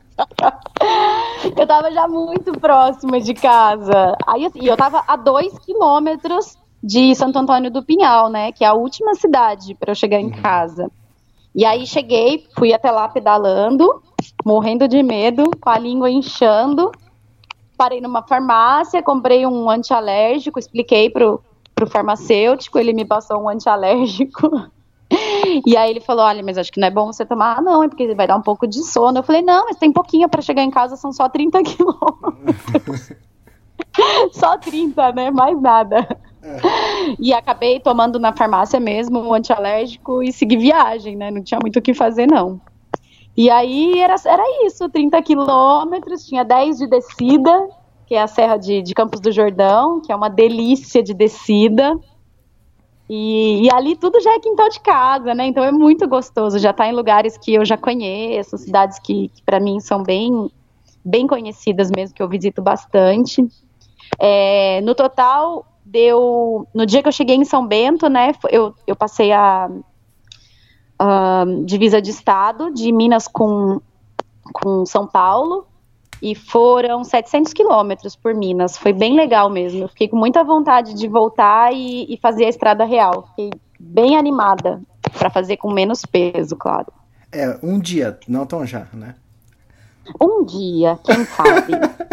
Eu tava já muito próxima de casa. Aí assim, eu tava a dois quilômetros de Santo Antônio do Pinhal, né? Que é a última cidade para eu chegar em casa. E aí cheguei, fui até lá pedalando, morrendo de medo, com a língua inchando. Parei numa farmácia, comprei um antialérgico, expliquei pro, pro farmacêutico, ele me passou um antialérgico. E aí ele falou, olha, mas acho que não é bom você tomar, não, é porque vai dar um pouco de sono. Eu falei, não, mas tem pouquinho para chegar em casa, são só trinta quilômetros. Só trinta, né? Mais nada. É. E acabei tomando na farmácia mesmo o antialérgico e segui viagem, né? Não tinha muito o que fazer, não. E aí era, era isso, trinta quilômetros, tinha dez de descida, que é a Serra de, de Campos do Jordão, que é uma delícia de descida. E, e ali tudo já é quintal de casa, né? Então é muito gostoso, já tá em lugares que eu já conheço, cidades que, que para mim são bem, bem conhecidas mesmo, que eu visito bastante. É, no total, deu... No dia que eu cheguei em São Bento, né? Eu, eu passei a, a divisa de estado, de Minas com, com São Paulo, e foram setecentos quilômetros por Minas. Foi bem legal mesmo. Eu fiquei com muita vontade de voltar e, e fazer a estrada real. Fiquei bem animada para fazer com menos peso, claro. É, um dia, não tão já, né? Um dia, quem sabe?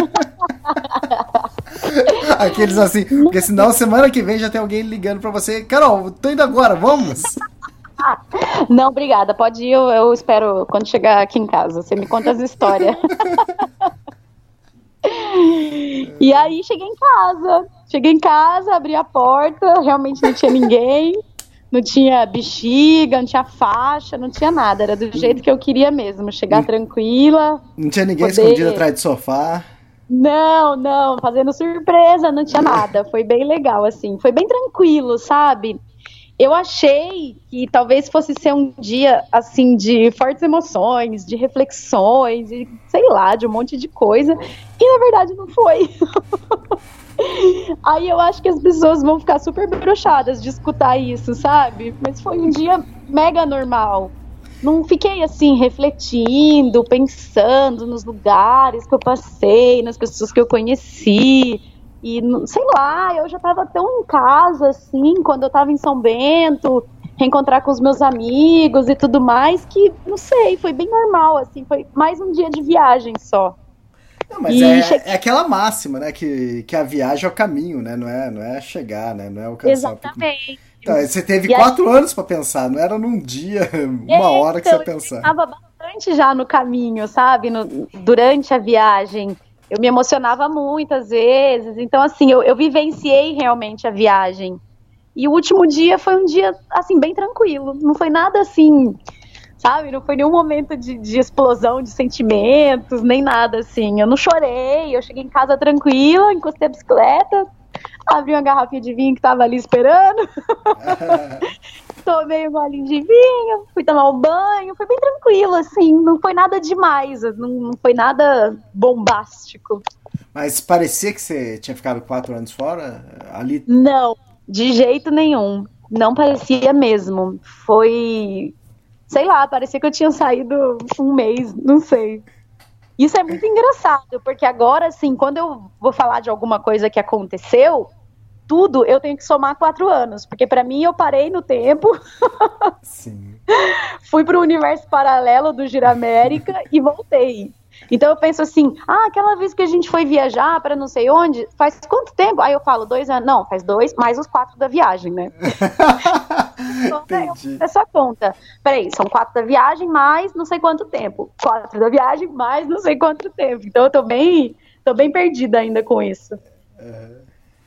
Aqueles assim, porque senão semana que vem já tem alguém ligando para você. Carol, tô indo agora, vamos? Não, obrigada, pode ir, eu, eu espero quando chegar aqui em casa, você me conta as histórias. E aí cheguei em casa, cheguei em casa, abri a porta, realmente não tinha ninguém, não tinha bexiga, não tinha faixa, não tinha nada, era do jeito que eu queria mesmo, chegar não, tranquila. Não tinha ninguém poder... escondido atrás do sofá? Não, não, fazendo surpresa, não tinha nada, foi bem legal, assim, foi bem tranquilo, sabe? Eu achei que talvez fosse ser um dia, assim, de fortes emoções, de reflexões, de, sei lá, de um monte de coisa, e na verdade não foi. Aí eu acho que as pessoas vão ficar super broxadas de escutar isso, sabe? Mas foi um dia mega normal. Não fiquei, assim, refletindo, pensando nos lugares que eu passei, nas pessoas que eu conheci. E, sei lá, eu já tava tão em casa, assim, quando eu tava em São Bento, reencontrar com os meus amigos e tudo mais, que, não sei, foi bem normal, assim, foi mais um dia de viagem só. Não, mas é, cheguei... é aquela máxima, né, que, que a viagem é o caminho, né, não é, não é chegar, né, não é alcançar. Exatamente. Então, você teve e quatro aí... anos pra pensar, não era num dia, uma é, hora que então, você ia pensar. Eu tava bastante já no caminho, sabe, no, durante a viagem. Eu me emocionava muitas vezes, então assim, eu, eu vivenciei realmente a viagem. E o último dia foi um dia, assim, bem tranquilo, não foi nada assim, sabe, não foi nenhum momento de, de explosão de sentimentos, nem nada assim. Eu não chorei, eu cheguei em casa tranquila, encostei a bicicleta, abri uma garrafinha de vinho que tava ali esperando, tomei um golinho de vinho, fui tomar um banho, foi bem tranquilo, assim, não foi nada demais, não, não foi nada bombástico. Mas parecia que você tinha ficado quatro anos fora? Ali? Não, de jeito nenhum, não parecia mesmo, foi, sei lá, parecia que eu tinha saído um mês, não sei. Isso é muito engraçado, porque agora, assim, quando eu vou falar de alguma coisa que aconteceu, tudo eu tenho que somar quatro anos, porque pra mim eu parei no tempo, Sim. Fui pro universo paralelo do Giramérica e voltei. Então eu penso assim, ah, aquela vez que a gente foi viajar para não sei onde, faz quanto tempo? Aí eu falo, dois anos, não, faz dois, mais os quatro da viagem, né? Entendi. Essa conta. Peraí, são quatro da viagem, mais não sei quanto tempo. Quatro da viagem, mais não sei quanto tempo. Então eu tô bem, tô bem perdida ainda com isso. É.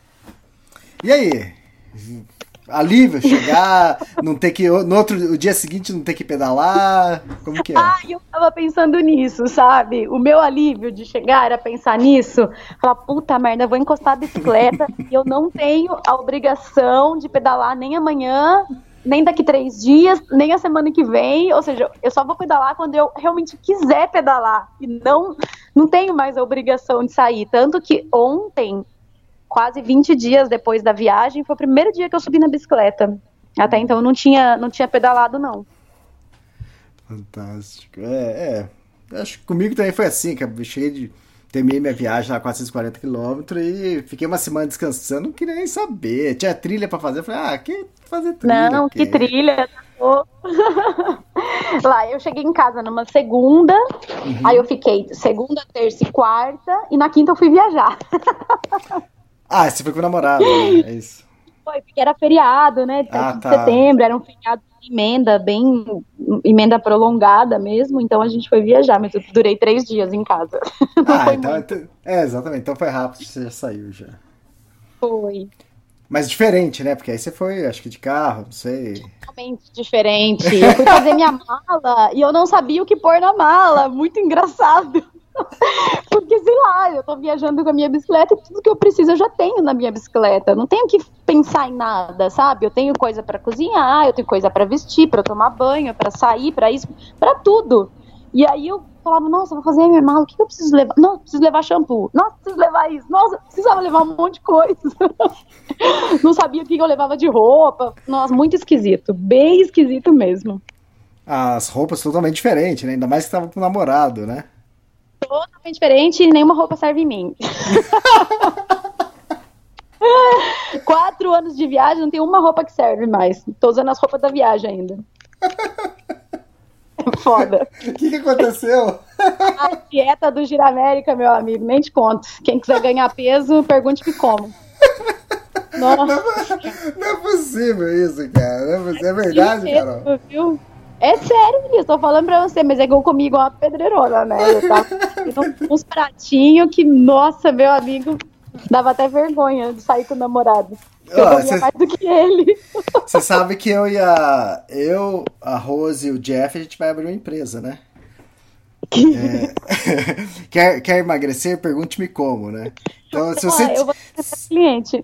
E aí? Alívio, chegar, não ter que, no outro, o dia seguinte não ter que pedalar, como que é? Ah, eu tava pensando nisso, sabe? O meu alívio de chegar era pensar nisso, falar, puta merda, eu vou encostar a bicicleta e eu não tenho a obrigação de pedalar nem amanhã, nem daqui três dias, nem a semana que vem, ou seja, eu só vou pedalar quando eu realmente quiser pedalar e não, não tenho mais a obrigação de sair, tanto que ontem, quase vinte dias depois da viagem, foi o primeiro dia que eu subi na bicicleta. Até então eu não tinha, não tinha pedalado, não. Fantástico. É, é. Acho que comigo também foi assim, que eu cheguei de... Terminei minha viagem a quatrocentos e quarenta quilômetros e fiquei uma semana descansando, não queria nem saber. Tinha trilha pra fazer, eu falei, ah, que fazer trilha? Não, que, que trilha? Oh. Lá eu cheguei em casa numa segunda, uhum. Aí eu fiquei segunda, terça e quarta, e na quinta eu fui viajar. Ah, você foi com o namorado, né? É isso. Foi, porque era feriado, né? De ah, de tá. setembro, era um feriado de emenda, bem emenda prolongada mesmo, então a gente foi viajar, mas eu durei três dias em casa. Não ah, foi então, muito. É, exatamente, então foi rápido, você já saiu já. Foi. Mas diferente, né? Porque aí você foi, acho que de carro, não sei. Totalmente diferente. Eu fui fazer minha mala e eu não sabia o que pôr na mala. Muito engraçado. Porque, sei lá, eu tô viajando com a minha bicicleta e tudo que eu preciso eu já tenho na minha bicicleta. Não tenho que pensar em nada, sabe? Eu tenho coisa pra cozinhar, eu tenho coisa pra vestir, pra tomar banho, pra sair, pra isso, pra tudo. E aí eu falava, nossa, vou fazer a minha mala, o que, que eu preciso levar? Não, preciso levar shampoo. Nossa, preciso levar isso. Nossa, precisava levar um monte de coisa. Não sabia o que eu levava de roupa. Nossa, muito esquisito. Bem esquisito mesmo. As roupas totalmente diferentes, né? Ainda mais que tava com o namorado, né? Totalmente diferente e nenhuma roupa serve em mim. Quatro anos de viagem, não tem uma roupa que serve mais. Tô usando as roupas da viagem ainda. Foda. O que, que aconteceu? A dieta do Giramérica, meu amigo, nem te conto. Quem quiser ganhar peso, pergunte-me como. Nossa. Não, não é possível isso, cara. Não é, possível. É verdade, é Carol? Viu? É sério, menino, tô falando pra você, mas é que eu comi igual uma pedreirona, né? Eu tava com uns pratinhos que, nossa, meu amigo, dava até vergonha de sair com o namorado. Eu oh, comia cê, mais do que ele. Você sabe que eu e a... Eu, a Rose e o Jeff, a gente vai abrir uma empresa, né? É, quer, quer emagrecer? Pergunte-me como, né? Então, se você... Ah, eu vou ser cliente.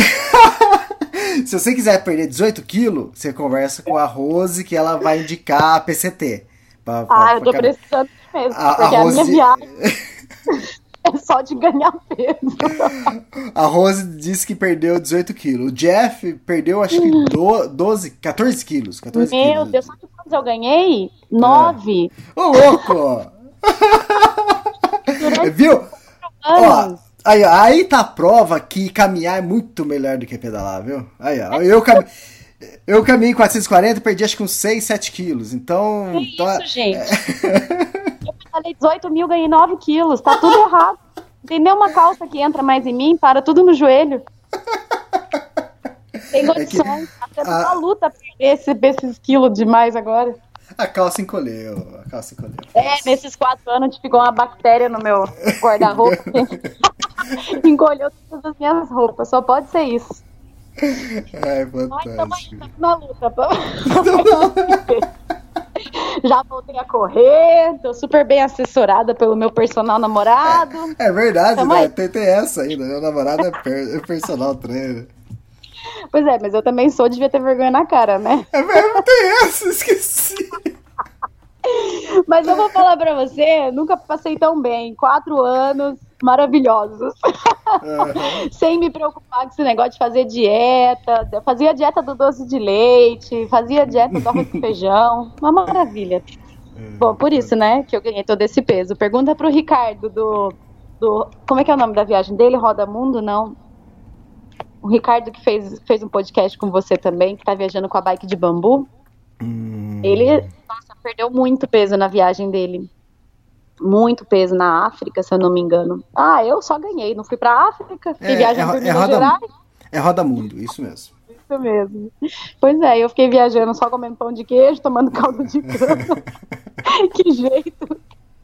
Se você quiser perder dezoito quilos, você conversa com a Rose, que ela vai indicar a P C T. Pra, pra, ah, eu tô pra... precisando mesmo, a, porque a, a Rose... minha viagem é só de ganhar peso. A Rose disse que perdeu dezoito quilos. O Jeff perdeu, acho que doze, quatorze quilos. quatorze Meu quilos. Deus, sabe quantos eu ganhei? nove. Ô, louco! Viu? Ó, aí, aí tá a prova que caminhar é muito melhor do que pedalar, viu? Aí, ó, eu, cam... eu caminhei quatrocentos e quarenta e perdi acho que uns seis, sete quilos. Então. Que então... isso, gente? Eu pedalei dezoito mil, ganhei nove quilos. Tá tudo errado. Tem nenhuma calça que entra mais em mim, para tudo no joelho. Tem condições. É que... Tá a... uma luta perder esse, esses quilos demais agora. A calça encolheu, a calça encolheu. É, nesses quatro anos ficou uma bactéria no meu guarda-roupa. Encolheu todas as minhas roupas, só pode ser isso. É, fantástico. Ai, tamo aí, tamo na luta. Já voltei a correr, tô super bem assessorada pelo meu personal namorado. É, é verdade, tamo né? Tem, tem essa ainda, meu namorado é, per, é personal trainer. Pois é, mas eu também sou, devia ter vergonha na cara, né? É mesmo, tem essa, esqueci. Mas eu vou falar pra você, nunca passei tão bem. Quatro anos maravilhosos. Uhum. Sem me preocupar com esse negócio de fazer dieta. Eu fazia dieta do doce de leite, fazia dieta do arroz com feijão. Uma maravilha. Uhum. Bom, por isso, né, que eu ganhei todo esse peso. Pergunta pro Ricardo do, do... Como é que é o nome da viagem dele? Roda Mundo? Não. O Ricardo que fez, fez um podcast com você também, que tá viajando com a bike de bambu. Hum. Ele, nossa, perdeu muito peso na viagem dele. Muito peso na África, se eu não me engano. Ah, eu só ganhei, não fui pra África, fui é, viajando é, por Minas é roda, Gerais. É roda mundo, isso mesmo. Isso mesmo. Pois é, eu fiquei viajando só comendo pão de queijo, tomando caldo de cana. Que jeito.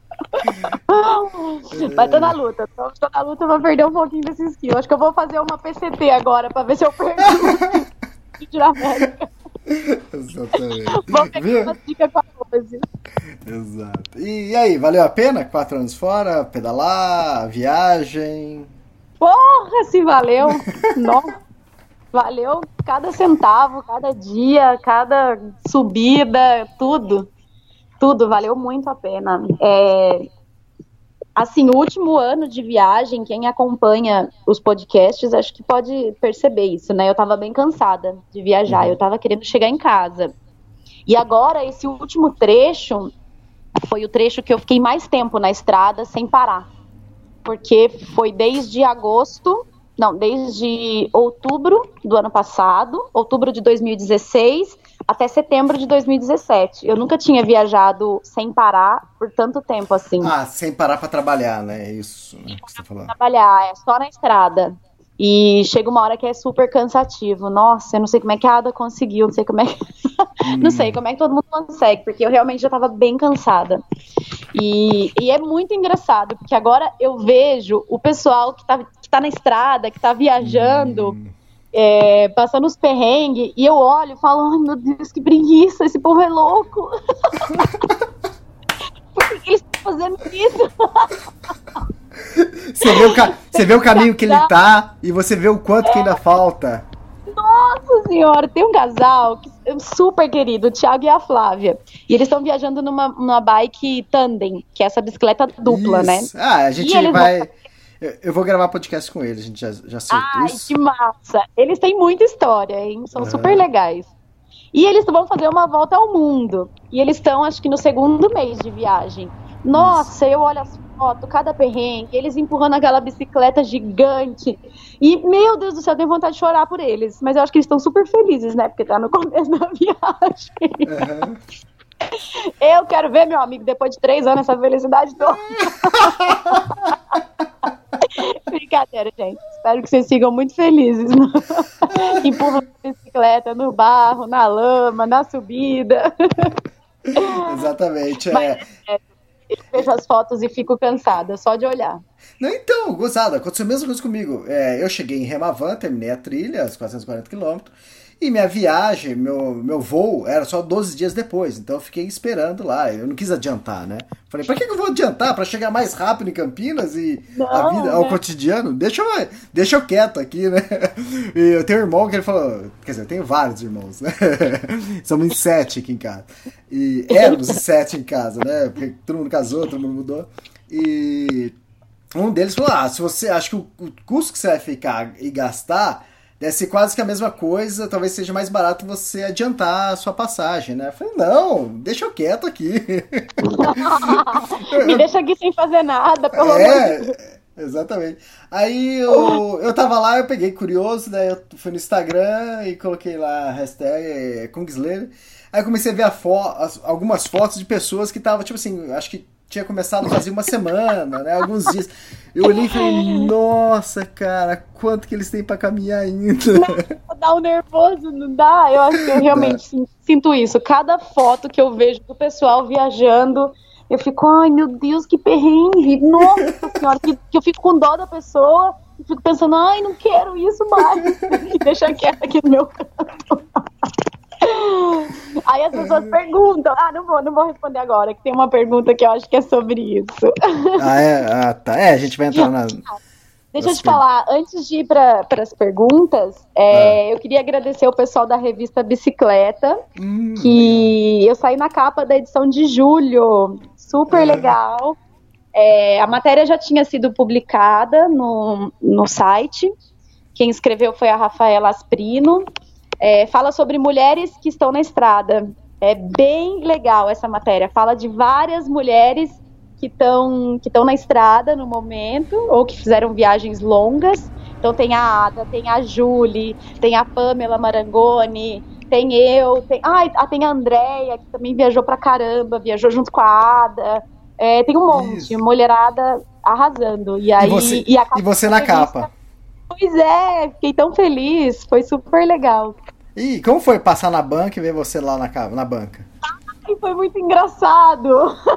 Mas tô na luta, tô, tô na luta pra perder um pouquinho desses quilos. Acho que eu vou fazer uma P C T agora pra ver se eu perco de Giramérica. Exatamente. Vou pegar uma dica com a Rose. Exato. E, e aí, valeu a pena? Quatro anos fora, pedalar, viagem? Porra, se valeu! Nossa, valeu cada centavo, cada dia, cada subida, tudo. Tudo, valeu muito a pena. É, assim, o último ano de viagem, quem acompanha os podcasts, acho que pode perceber isso, né? Eu tava bem cansada de viajar, uhum. Eu tava querendo chegar em casa. E agora, esse último trecho, foi o trecho que eu fiquei mais tempo na estrada sem parar. Porque foi desde agosto, não, desde outubro do ano passado, outubro de dois mil e dezesseis, até setembro de dois mil e dezessete. Eu nunca tinha viajado sem parar por tanto tempo assim. Ah, sem parar pra trabalhar, né? Isso, né, que você tá falando. Trabalhar, é só na estrada. E chega uma hora que é super cansativo. Nossa, eu não sei como é que a Ada conseguiu, não sei como é que... hum. Não sei como é que todo mundo consegue, porque eu realmente já tava bem cansada. E, e é muito engraçado, porque agora eu vejo o pessoal que tá, que tá na estrada, que tá viajando... Hum. É, passando os perrengues, e eu olho e falo, ai meu Deus, que preguiça, esse povo é louco. Por que, que eles estão fazendo isso? Você vê, o ca... você vê o caminho que ele tá e você vê o quanto é. que ainda falta. Nossa senhora, tem um casal que é super querido, o Thiago e a Flávia, e eles estão viajando numa, numa bike tandem, que é essa bicicleta dupla, Isso. né? Ah, a gente e vai... Vão... Eu vou gravar podcast com eles, a gente já, já soltou Ai, isso. que massa! Eles têm muita história, hein? São uhum. super legais. E eles vão fazer uma volta ao mundo. E eles estão, acho que no segundo mês de viagem. Nossa, isso. Eu olho as fotos, cada perrengue, eles empurrando aquela bicicleta gigante. E, meu Deus do céu, eu tenho vontade de chorar por eles. Mas eu acho que eles estão super felizes, né? Porque tá no começo da viagem. Uhum. Eu quero ver, meu amigo, depois de três anos, essa felicidade toda. Brincadeira, gente. Espero que vocês sigam muito felizes. No... Empurrando a bicicleta no barro, na lama, na subida. Exatamente. Mas, é... É, eu vejo as fotos e fico cansada, só de olhar. Não, então, gozada, aconteceu a mesma coisa comigo. É, eu cheguei em Remavan, terminei a trilha, os quatrocentos e quarenta quilômetros, e minha viagem, meu, meu voo era só doze dias depois, então eu fiquei esperando lá, eu não quis adiantar, né? Falei, pra que eu vou adiantar? Pra chegar mais rápido em Campinas e não, a vida, ao né? cotidiano? Deixa eu, deixa eu quieto aqui, né? E eu tenho um irmão que ele falou, quer dizer, eu tenho vários irmãos, né? Somos em sete aqui em casa. E éramos sete em casa, né? Porque todo mundo casou, todo mundo mudou. E um deles falou, ah, se você acha que o, o custo que você vai ficar e gastar deve ser quase que a mesma coisa, talvez seja mais barato você adiantar a sua passagem, né? Eu falei, não, deixa eu quieto aqui. Me deixa aqui sem fazer nada, pelo amor é, de Deus. Exatamente. Aí eu, eu tava lá, eu peguei curioso, daí eu fui no Instagram e coloquei lá a hashtag Kungsleder. Aí eu comecei a ver a fo- as, algumas fotos de pessoas que estavam, tipo assim, acho que tinha começado a fazer uma semana, né? Alguns dias. Eu olhei e falei, nossa, cara, quanto que eles têm pra caminhar ainda. Não, dá um nervoso, não dá? Eu acho que eu realmente não. sinto isso. Cada foto que eu vejo do pessoal viajando, eu fico, ai meu Deus, que perrengue. Nossa senhora, que, que eu fico com dó da pessoa e fico pensando, ai, não quero isso mais. Deixa quieto aqui no meu canto. Aí as pessoas perguntam, ah, não vou, não vou responder agora, que tem uma pergunta que eu acho que é sobre isso. Ah, é? Ah, tá. É, a gente vai entrar na... Deixa eu te falar, antes de ir para as perguntas, é, ah. eu queria agradecer o pessoal da revista Bicicleta, hum, que legal. Eu saí na capa da edição de julho, super ah. legal. É, a matéria já tinha sido publicada no, no site, quem escreveu foi a Rafaela Asprino. É, fala sobre mulheres que estão na estrada. É bem legal essa matéria. Fala de várias mulheres que estão que estão na estrada no momento, ou que fizeram viagens longas. Então tem a Ada, tem a Julie, tem a Pamela Marangoni, tem eu, tem, ah, tem a Andréia, que também viajou pra caramba, viajou junto com a Ada. É, tem um monte, Isso. mulherada arrasando. E, aí, e você, e a e você na capa. Pois é, fiquei tão feliz, foi super legal. E como foi passar na banca e ver você lá na, na banca? Ai, foi muito engraçado.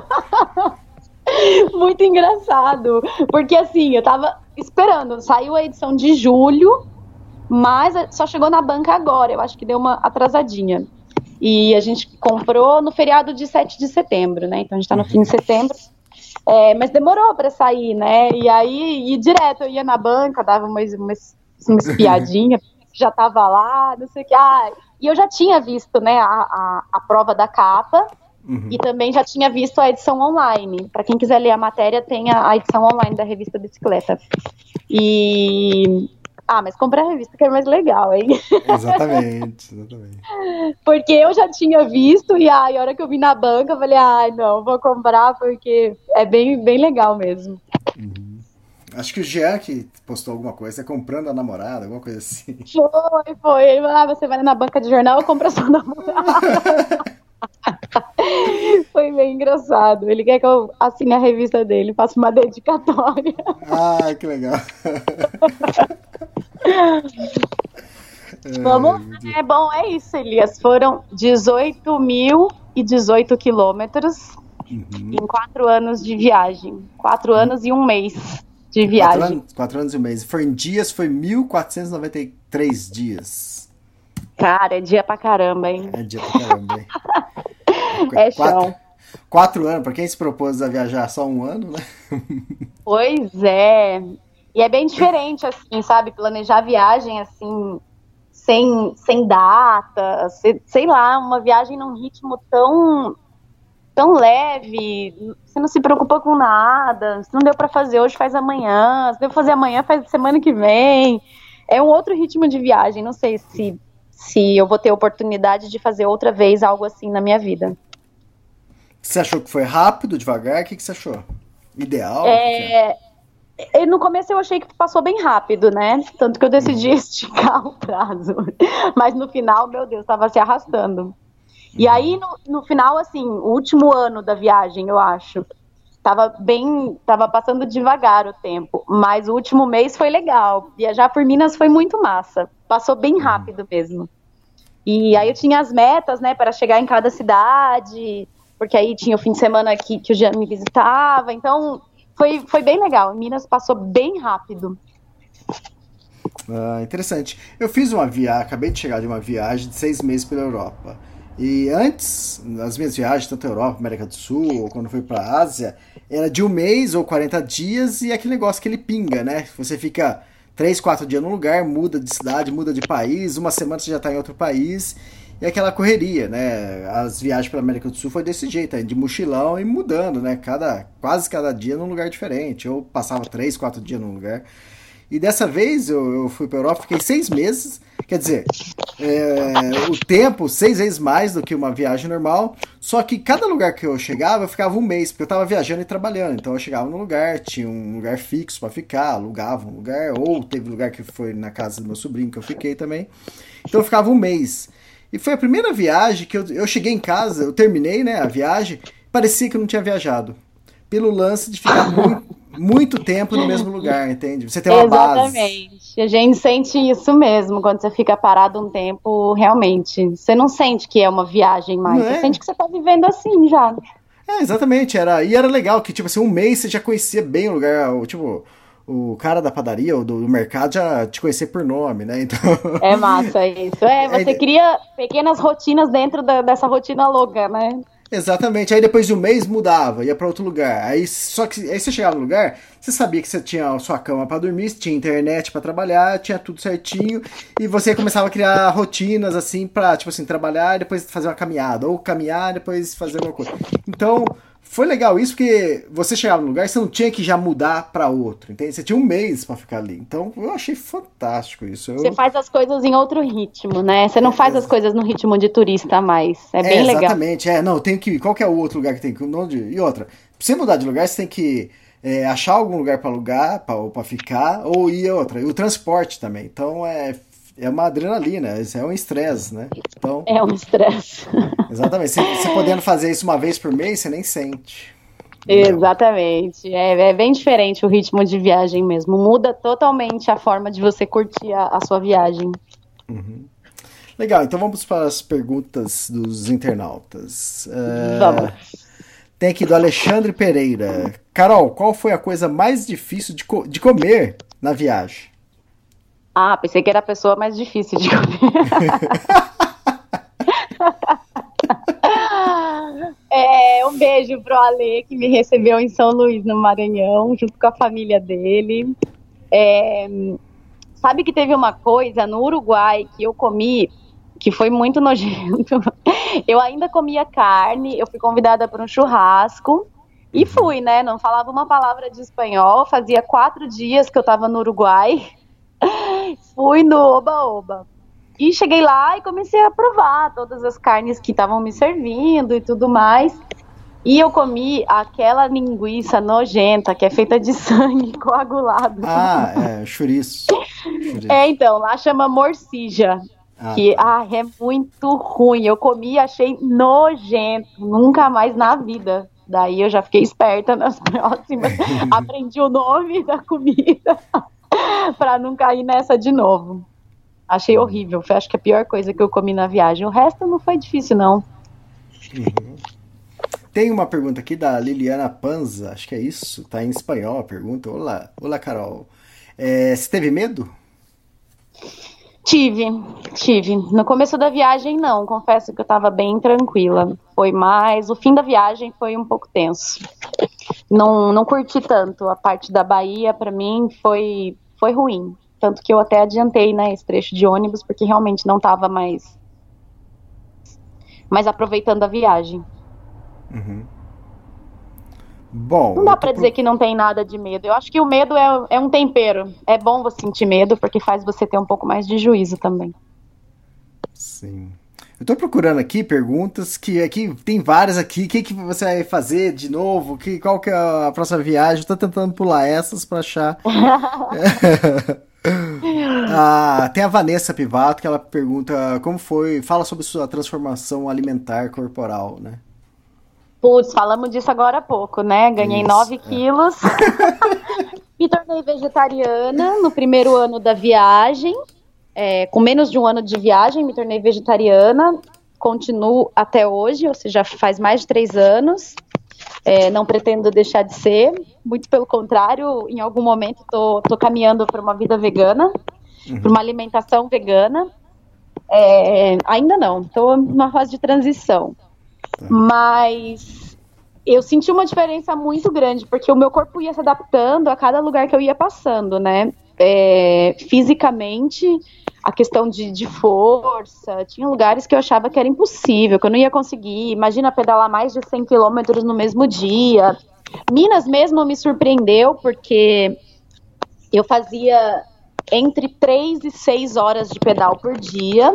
Muito engraçado. Porque assim, eu tava esperando, saiu a edição de julho, mas só chegou na banca agora, eu acho que deu uma atrasadinha. E a gente comprou no feriado de sete de setembro, né? Então a gente tá no fim de setembro. É, mas demorou pra sair, né? E aí, e direto, eu ia na banca, dava umas, umas, umas piadinhas, já tava lá, não sei o que. Ah, e eu já tinha visto, né, a, a, a prova da capa, uhum. e também já tinha visto a edição online. Pra quem quiser ler a matéria, tem a, a edição online da revista Bicicleta. E... Ah, mas comprar a revista que é mais legal, hein? Exatamente, exatamente. Porque eu já tinha visto e ai, a hora que eu vi na banca, eu falei, ai, não, vou comprar porque é bem, bem legal mesmo. Uhum. Acho que o Jean que postou alguma coisa, é comprando a namorada, alguma coisa assim. Foi, foi. Ele falou, ah, você vai na banca de jornal, eu compro a sua namorada. Foi bem engraçado. Ele quer que eu assine a revista dele, faça uma dedicatória. Ah, que legal. Vamos, é bom, é isso, Elias. Foram dezoito mil e dezoito quilômetros uhum. em quatro anos de viagem. Quatro uhum. anos e um mês de viagem. Quatro anos, quatro anos e um mês. Foi em dias, foi mil quatrocentos e noventa e três dias. Cara, é dia pra caramba, hein? É dia pra caramba, hein? É quatro, chão. Quatro anos, pra quem se propôs a viajar só um ano, né? Pois é. E é bem diferente, assim, sabe? Planejar viagem, assim, sem, sem data, sei, sei lá, uma viagem num ritmo tão, tão leve, você não se preocupa com nada, se não deu pra fazer hoje, faz amanhã, se deu pra fazer amanhã, faz semana que vem. É um outro ritmo de viagem, não sei se... se eu vou ter oportunidade de fazer outra vez algo assim na minha vida. Você achou que foi rápido, devagar? O que, que você achou? Ideal? É... Que... No começo eu achei que passou bem rápido, né? Tanto que eu decidi esticar o prazo. Mas no final, meu Deus, estava se arrastando. E aí, no, no final, assim, o último ano da viagem, eu acho, tava bem, tava passando devagar o tempo. Mas o último mês foi legal. Viajar por Minas foi muito massa. Passou bem rápido mesmo. E aí eu tinha as metas, né, para chegar em cada cidade, porque aí tinha o fim de semana que, que o Jean me visitava, então foi, foi bem legal. Minas passou bem rápido. Ah, interessante. Eu fiz uma viagem, acabei de chegar de uma viagem de seis meses pela Europa. E antes, nas minhas viagens, tanto a Europa, América do Sul, ou quando fui para a Ásia, era de um mês ou quarenta dias e aquele negócio que ele pinga, né? Você fica três, quatro dias num lugar, muda de cidade, muda de país, uma semana você já está em outro país, e aquela correria, né? As viagens pela América do Sul foi desse jeito, de mochilão e mudando, né? Cada, quase cada dia num lugar diferente. Eu passava três, quatro dias num lugar. E dessa vez eu, eu fui para a Europa, fiquei seis meses, quer dizer, é, o tempo seis vezes mais do que uma viagem normal, só que cada lugar que eu chegava, eu ficava um mês, porque eu estava viajando e trabalhando, então eu chegava num lugar, tinha um lugar fixo para ficar, alugava um lugar, ou teve lugar que foi na casa do meu sobrinho que eu fiquei também, então eu ficava um mês. E foi a primeira viagem que eu, eu cheguei em casa, eu terminei, né, a viagem, parecia que eu não tinha viajado, pelo lance de ficar muito... muito tempo no mesmo lugar, entende? Você tem uma Exatamente. Base. A gente sente isso mesmo, quando você fica parado um tempo, realmente. Você não sente que é uma viagem mais, não você é? Sente que você tá vivendo assim já. É, exatamente. Era, e era legal que, tipo assim, um mês você já conhecia bem o lugar, o, tipo... o cara da padaria ou do, do mercado já te conhecia por nome, né? Então... É massa isso. É, você é... cria pequenas rotinas dentro da, dessa rotina louca, né? Exatamente, aí depois de um mês mudava, ia para outro lugar, aí só que aí você chegava no lugar, você sabia que você tinha a sua cama para dormir, tinha internet para trabalhar, tinha tudo certinho, e você começava a criar rotinas assim para, tipo assim, trabalhar e depois fazer uma caminhada, ou caminhar e depois fazer alguma coisa. Então, foi legal isso, porque você chegava no lugar e você não tinha que já mudar para outro, entende? Você tinha um mês para ficar ali. Então, eu achei fantástico isso. Eu... Você faz as coisas em outro ritmo, né? Você não faz é, as coisas no ritmo de turista mais. É bem é, legal. Exatamente. É, não, tem que ir. Qual que é o outro lugar que tem que ir? E outra, pra você mudar de lugar, você tem que é, achar algum lugar para alugar, pra, ou para ficar, ou ir outra. E o transporte também. Então, é... é uma adrenalina, é um estresse, né? Então, é um estresse. Exatamente. Você, você podendo fazer isso uma vez por mês, você nem sente. Exatamente. É, é bem diferente o ritmo de viagem mesmo. Muda totalmente a forma de você curtir a, a sua viagem. Uhum. Legal, então vamos para as perguntas dos internautas. Uh, vamos. Tem aqui do Alexandre Pereira. Carol, qual foi a coisa mais difícil de, co- de comer na viagem? Ah, pensei que era a pessoa mais difícil de comer. é, um beijo pro Ale, que me recebeu em São Luís, no Maranhão, junto com a família dele. É, sabe que teve uma coisa no Uruguai que eu comi, que foi muito nojento. Eu ainda comia carne, eu fui convidada para um churrasco, e fui, né? Não falava uma palavra de espanhol, fazia quatro dias que eu tava no Uruguai. Fui no Oba-Oba e cheguei lá e comecei a provar todas as carnes que estavam me servindo e tudo mais. E eu comi aquela linguiça nojenta que é feita de sangue coagulado. Ah, é, chouriço. chouriço. É, então, lá chama morcija. Ah, que tá. ah, é muito ruim. Eu comi e achei nojento. Nunca mais na vida. Daí eu já fiquei esperta nas próximas. Aprendi o nome da comida pra não cair nessa de novo. Achei horrível. Foi, acho que a pior coisa que eu comi na viagem. O resto não foi difícil, não. Uhum. Tem uma pergunta aqui da Liliana Panza, acho que é isso, tá em espanhol a pergunta. Olá, olá Carol. É, você teve medo? Tive, tive. No começo da viagem, não. Confesso que eu tava bem tranquila. Foi mais... O fim da viagem foi um pouco tenso. Não, não curti tanto. A parte da Bahia, pra mim, foi, foi ruim. Tanto que eu até adiantei, né, esse trecho de ônibus, porque realmente não tava mais, mais aproveitando a viagem. Uhum. Bom, não dá pra dizer que não tem nada de medo. Eu acho que o medo é, é um tempero. É bom você sentir medo, porque faz você ter um pouco mais de juízo também. Sim. Eu tô procurando aqui perguntas, que aqui tem várias aqui. O que, que você vai fazer de novo? Que, qual que é a próxima viagem? Eu tô tentando pular essas pra achar. ah, tem a Vanessa Pivato, que ela pergunta como foi, fala sobre sua transformação alimentar corporal, né? Putz, falamos disso agora há pouco, né? Ganhei nove quilos. Me tornei vegetariana no primeiro ano da viagem. É, com menos de um ano de viagem, me tornei vegetariana. Continuo até hoje, ou seja, faz mais de três anos. É, não pretendo deixar de ser. Muito pelo contrário, em algum momento tô, tô caminhando para uma vida vegana, uhum. para uma alimentação vegana. É, ainda não, tô numa fase de transição. Mas eu senti uma diferença muito grande, porque o meu corpo ia se adaptando a cada lugar que eu ia passando, né? É, fisicamente, a questão de, de força, tinha lugares que eu achava que era impossível, que eu não ia conseguir. Imagina pedalar mais de cem quilômetros no mesmo dia. Minas mesmo me surpreendeu, porque eu fazia entre três e seis horas de pedal por dia,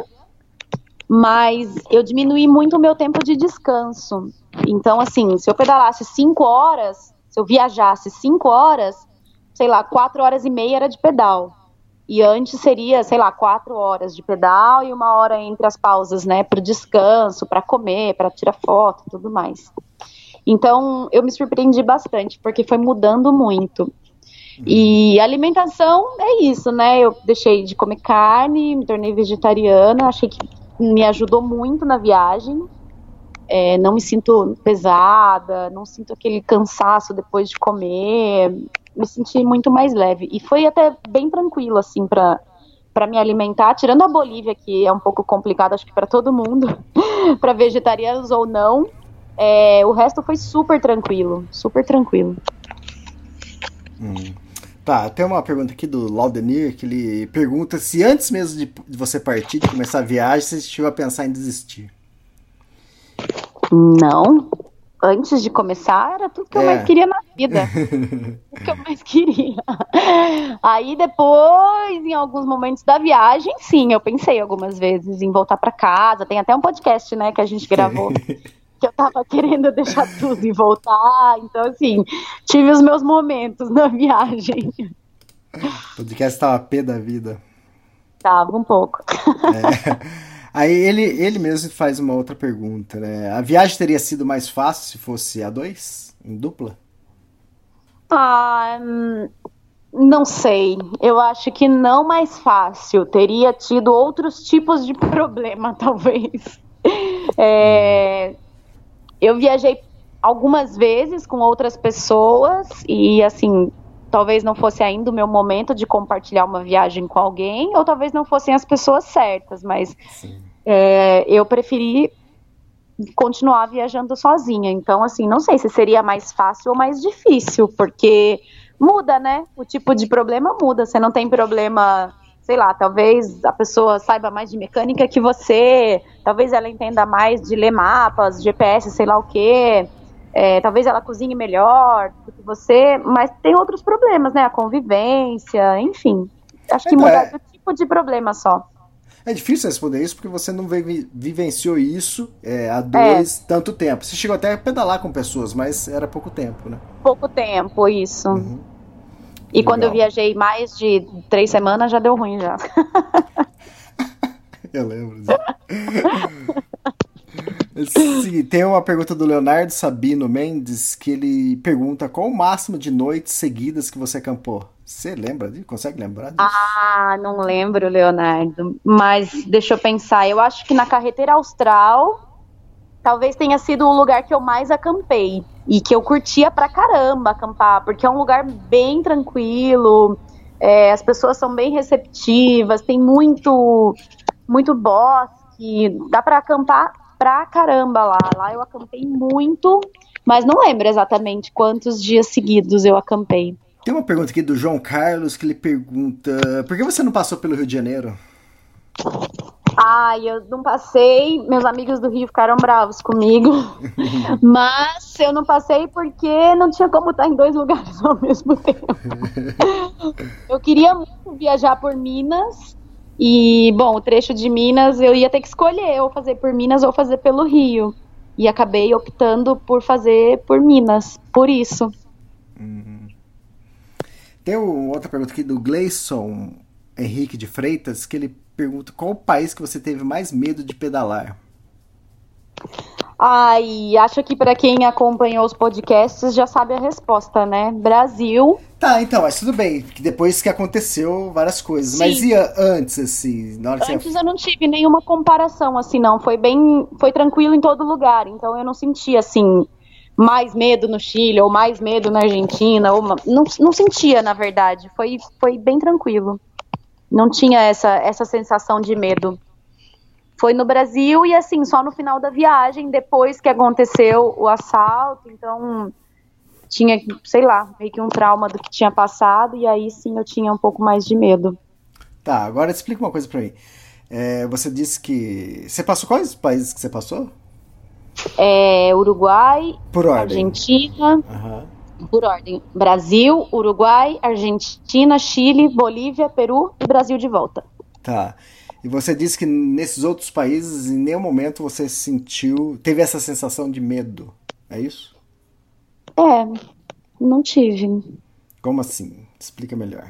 mas eu diminuí muito o meu tempo de descanso. Então, assim, se eu pedalasse cinco horas, se eu viajasse cinco horas, sei lá, quatro horas e meia era de pedal. E antes seria, sei lá, quatro horas de pedal e uma hora entre as pausas, né, para o descanso, para comer, para tirar foto e tudo mais. Então, eu me surpreendi bastante, porque foi mudando muito. E alimentação é isso, né? Eu deixei de comer carne, me tornei vegetariana, achei que me ajudou muito na viagem. É, não me sinto pesada, não sinto aquele cansaço depois de comer, me senti muito mais leve. E foi até bem tranquilo, assim, pra, pra me alimentar, tirando a Bolívia, que é um pouco complicado, acho que pra todo mundo, pra vegetarianos ou não, é, o resto foi super tranquilo, super tranquilo. Hum. Tá, tem uma pergunta aqui do Laudenir, que ele pergunta se antes mesmo de, de você partir, de começar a viagem, você chegou a pensar em desistir. Não. Antes de começar, era tudo que é. eu mais queria na vida. O que eu mais queria. Aí depois, em alguns momentos da viagem, sim, eu pensei algumas vezes em voltar pra casa. Tem até um podcast, né, que a gente gravou. Que eu tava querendo deixar tudo e voltar. Então, assim, tive os meus momentos na viagem. O podcast tava pé da vida. Tava um pouco. É. Aí ele, ele mesmo faz uma outra pergunta, né? A viagem teria sido mais fácil se fosse a dois, em dupla? Ah, não sei. Eu acho que não mais fácil. Teria tido outros tipos de problema, talvez. É... Eu viajei algumas vezes com outras pessoas e, assim, talvez não fosse ainda o meu momento de compartilhar uma viagem com alguém, ou talvez não fossem as pessoas certas, mas é, eu preferi continuar viajando sozinha. Então, assim, não sei se seria mais fácil ou mais difícil, porque muda, né? O tipo de problema muda. Você não tem problema... Sei lá, talvez a pessoa saiba mais de mecânica que você, talvez ela entenda mais de ler mapas, G P S, sei lá o quê, é, talvez ela cozinhe melhor do que você, mas tem outros problemas, né? A convivência, enfim. Acho que então, muda é... do tipo de problema só. É difícil responder isso porque você não vi- vivenciou isso é, há dois, é. tanto tempo. Você chegou até a pedalar com pessoas, mas era pouco tempo, né? Pouco tempo, isso. Uhum. E Legal. Quando eu viajei mais de três semanas, já deu ruim já. Eu lembro disso. Sim, tem uma pergunta do Leonardo Sabino Mendes, que ele pergunta qual o máximo de noites seguidas que você acampou. Você lembra disso? Consegue lembrar disso? Ah, não lembro, Leonardo. Mas deixa eu pensar. Eu acho que na Carreteira Austral talvez tenha sido o lugar que eu mais acampei. E que eu curtia pra caramba acampar, porque é um lugar bem tranquilo, é, as pessoas são bem receptivas, tem muito, muito bosque, dá pra acampar pra caramba lá. Lá eu acampei muito, mas não lembro exatamente quantos dias seguidos eu acampei. Tem uma pergunta aqui do João Carlos, que ele pergunta: por que você não passou pelo Rio de Janeiro? Ai, eu não passei, meus amigos do Rio ficaram bravos comigo, mas eu não passei porque não tinha como estar em dois lugares ao mesmo tempo. Eu queria muito viajar por Minas e, bom, o trecho de Minas eu ia ter que escolher ou fazer por Minas ou fazer pelo Rio. E acabei optando por fazer por Minas, por isso. Uhum. Tem uma outra pergunta aqui do Gleison Henrique de Freitas, que ele pergunta qual o país que você teve mais medo de pedalar. Ai, acho que para quem acompanhou os podcasts já sabe a resposta, né? Brasil. Tá, então, mas tudo bem, que depois que aconteceu várias coisas. Sim. Mas ia antes, assim? Na hora que antes você... eu não tive nenhuma comparação, assim, não. Foi bem, foi tranquilo em todo lugar, então eu não senti, assim, mais medo no Chile ou mais medo na Argentina. Ou... Não, não sentia, na verdade. Foi, foi bem tranquilo. Não tinha essa, essa sensação de medo. Foi no Brasil e, assim, só no final da viagem, depois que aconteceu o assalto. Então, tinha, sei lá, meio que um trauma do que tinha passado. E aí, sim, eu tinha um pouco mais de medo. Tá, agora explica uma coisa pra mim. É, você disse que... Você passou quais países que você passou? É, Uruguai, Por ordem. Argentina... Uhum. Por ordem: Brasil, Uruguai, Argentina, Chile, Bolívia, Peru e Brasil de volta. Tá. E você disse que nesses outros países, em nenhum momento você sentiu, teve essa sensação de medo, é isso? É, não tive. Como assim? Explica melhor.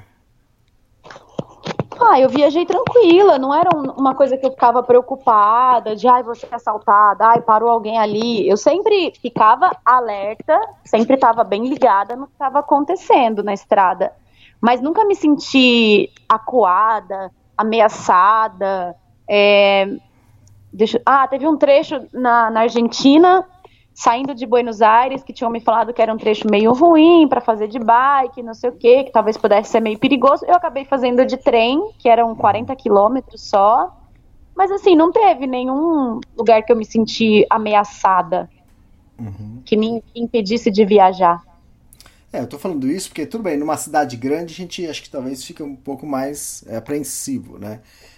Ah, eu viajei tranquila, não era uma coisa que eu ficava preocupada, de, ai, vou ser assaltada, ai, parou alguém ali. Eu sempre ficava alerta, sempre estava bem ligada no que estava acontecendo na estrada. Mas nunca me senti acuada, ameaçada. É... Deixa... Ah, teve um trecho na, na Argentina, saindo de Buenos Aires, que tinham me falado que era um trecho meio ruim para fazer de bike, não sei o quê, que talvez pudesse ser meio perigoso. Eu acabei fazendo de trem, que eram quarenta quilômetros só. Mas, assim, não teve nenhum lugar que eu me senti ameaçada, uhum. que me impedisse de viajar. É, eu tô falando isso porque, tudo bem, numa cidade grande a gente acho que talvez fica um pouco mais é, apreensivo, né?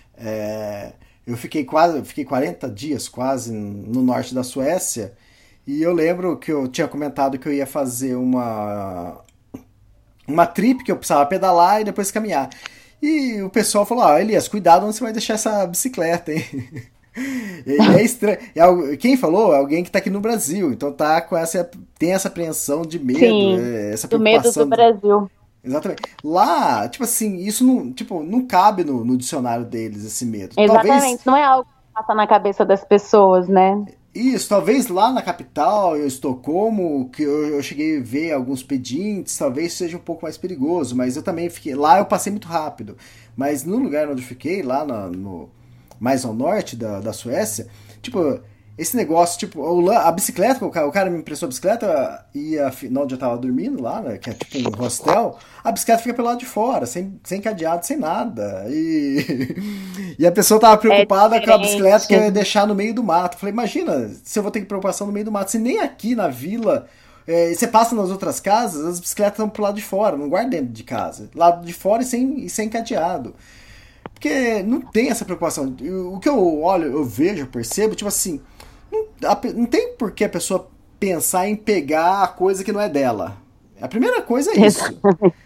É, eu fiquei quase, eu fiquei quarenta dias quase no norte da Suécia. E eu lembro que eu tinha comentado que eu ia fazer uma uma trip que eu precisava pedalar e depois caminhar. E o pessoal falou, ah, Elias, cuidado onde você vai deixar essa bicicleta, hein? E é estranho. É, quem falou é alguém que tá aqui no Brasil, então tá com essa, tem essa apreensão de medo. Sim, essa do medo do Brasil. Exatamente. Lá, tipo assim, isso não, tipo, não cabe no, no dicionário deles, esse medo. Exatamente, Talvez... não é algo que passa na cabeça das pessoas, né? Isso, talvez lá na capital, em Estocolmo, que eu, eu cheguei a ver alguns pedintes, talvez seja um pouco mais perigoso, mas eu também fiquei... Lá eu passei muito rápido, mas no lugar onde eu fiquei, lá na, no, mais ao norte da, da Suécia, tipo, esse negócio, tipo, a bicicleta, o cara, o cara me emprestou a bicicleta e a, onde eu tava dormindo lá, né, que é tipo um hostel, a bicicleta fica pelo lado de fora, sem, sem cadeado, sem nada. E, e a pessoa tava preocupada é com a bicicleta que eu ia deixar no meio do mato. Falei, imagina se eu vou ter preocupação no meio do mato, se nem aqui na vila, é, você passa nas outras casas, as bicicletas estão pro lado de fora, não guarda dentro de casa, lado de fora e sem, e sem cadeado. Porque não tem essa preocupação. O que eu olho, eu vejo, eu percebo, tipo assim, não, não tem por que a pessoa pensar em pegar a coisa que não é dela. A primeira coisa é isso.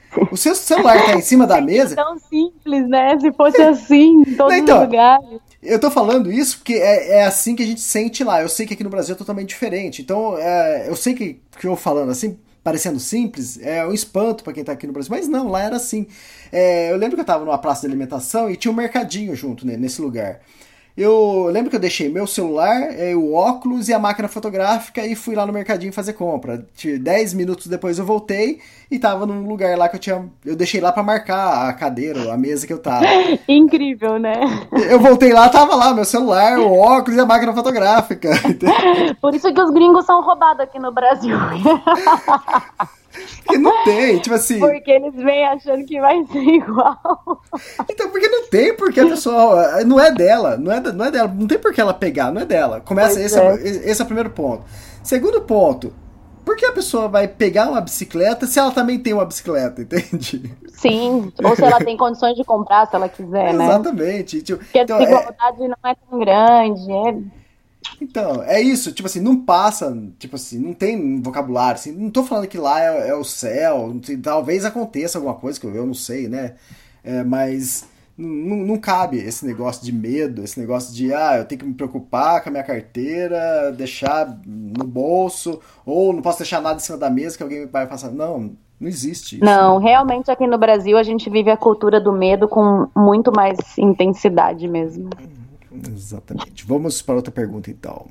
O seu celular tá em cima da mesa... É tão simples, né? Se fosse assim, em todos então, os lugares. Eu tô falando isso porque é, é assim que a gente sente lá. Eu sei que aqui no Brasil é totalmente diferente. Então, é, eu sei que, que eu falando assim, parecendo simples, é um espanto pra quem tá aqui no Brasil. Mas não, lá era assim. É, eu lembro que eu tava numa praça de alimentação e tinha um mercadinho junto, né, nesse lugar. Eu lembro que eu deixei meu celular, o óculos e a máquina fotográfica e fui lá no mercadinho fazer compra. Dez minutos depois eu voltei e tava num lugar lá que eu tinha... Eu deixei lá pra marcar a cadeira, a mesa que eu tava. Incrível, né? Eu voltei lá, tava lá meu celular, o óculos e a máquina fotográfica. Por isso que os gringos são roubados aqui no Brasil. Porque não tem, tipo assim... Porque eles vêm achando que vai ser igual. Então, porque não tem porque a pessoa... Não é dela, não é, não é dela. Não tem por que ela pegar, não é dela. Começa, esse é. É, esse é o primeiro ponto. Segundo ponto, por que a pessoa vai pegar uma bicicleta se ela também tem uma bicicleta, entende? Sim, ou se ela tem condições de comprar, se ela quiser, né? Exatamente. Tipo, porque então, a desigualdade é... não é tão grande, é... Então, é isso, tipo assim, não passa, tipo assim, não tem vocabulário, assim, não tô falando que lá é, é o céu, talvez aconteça alguma coisa que eu, eu não sei, né, é, mas não, não cabe esse negócio de medo, esse negócio de, ah, eu tenho que me preocupar com a minha carteira, deixar no bolso, ou não posso deixar nada em cima da mesa que alguém vai passar, não, não existe isso. Não, realmente aqui no Brasil a gente vive a cultura do medo com muito mais intensidade mesmo. Exatamente. Vamos para outra pergunta, então.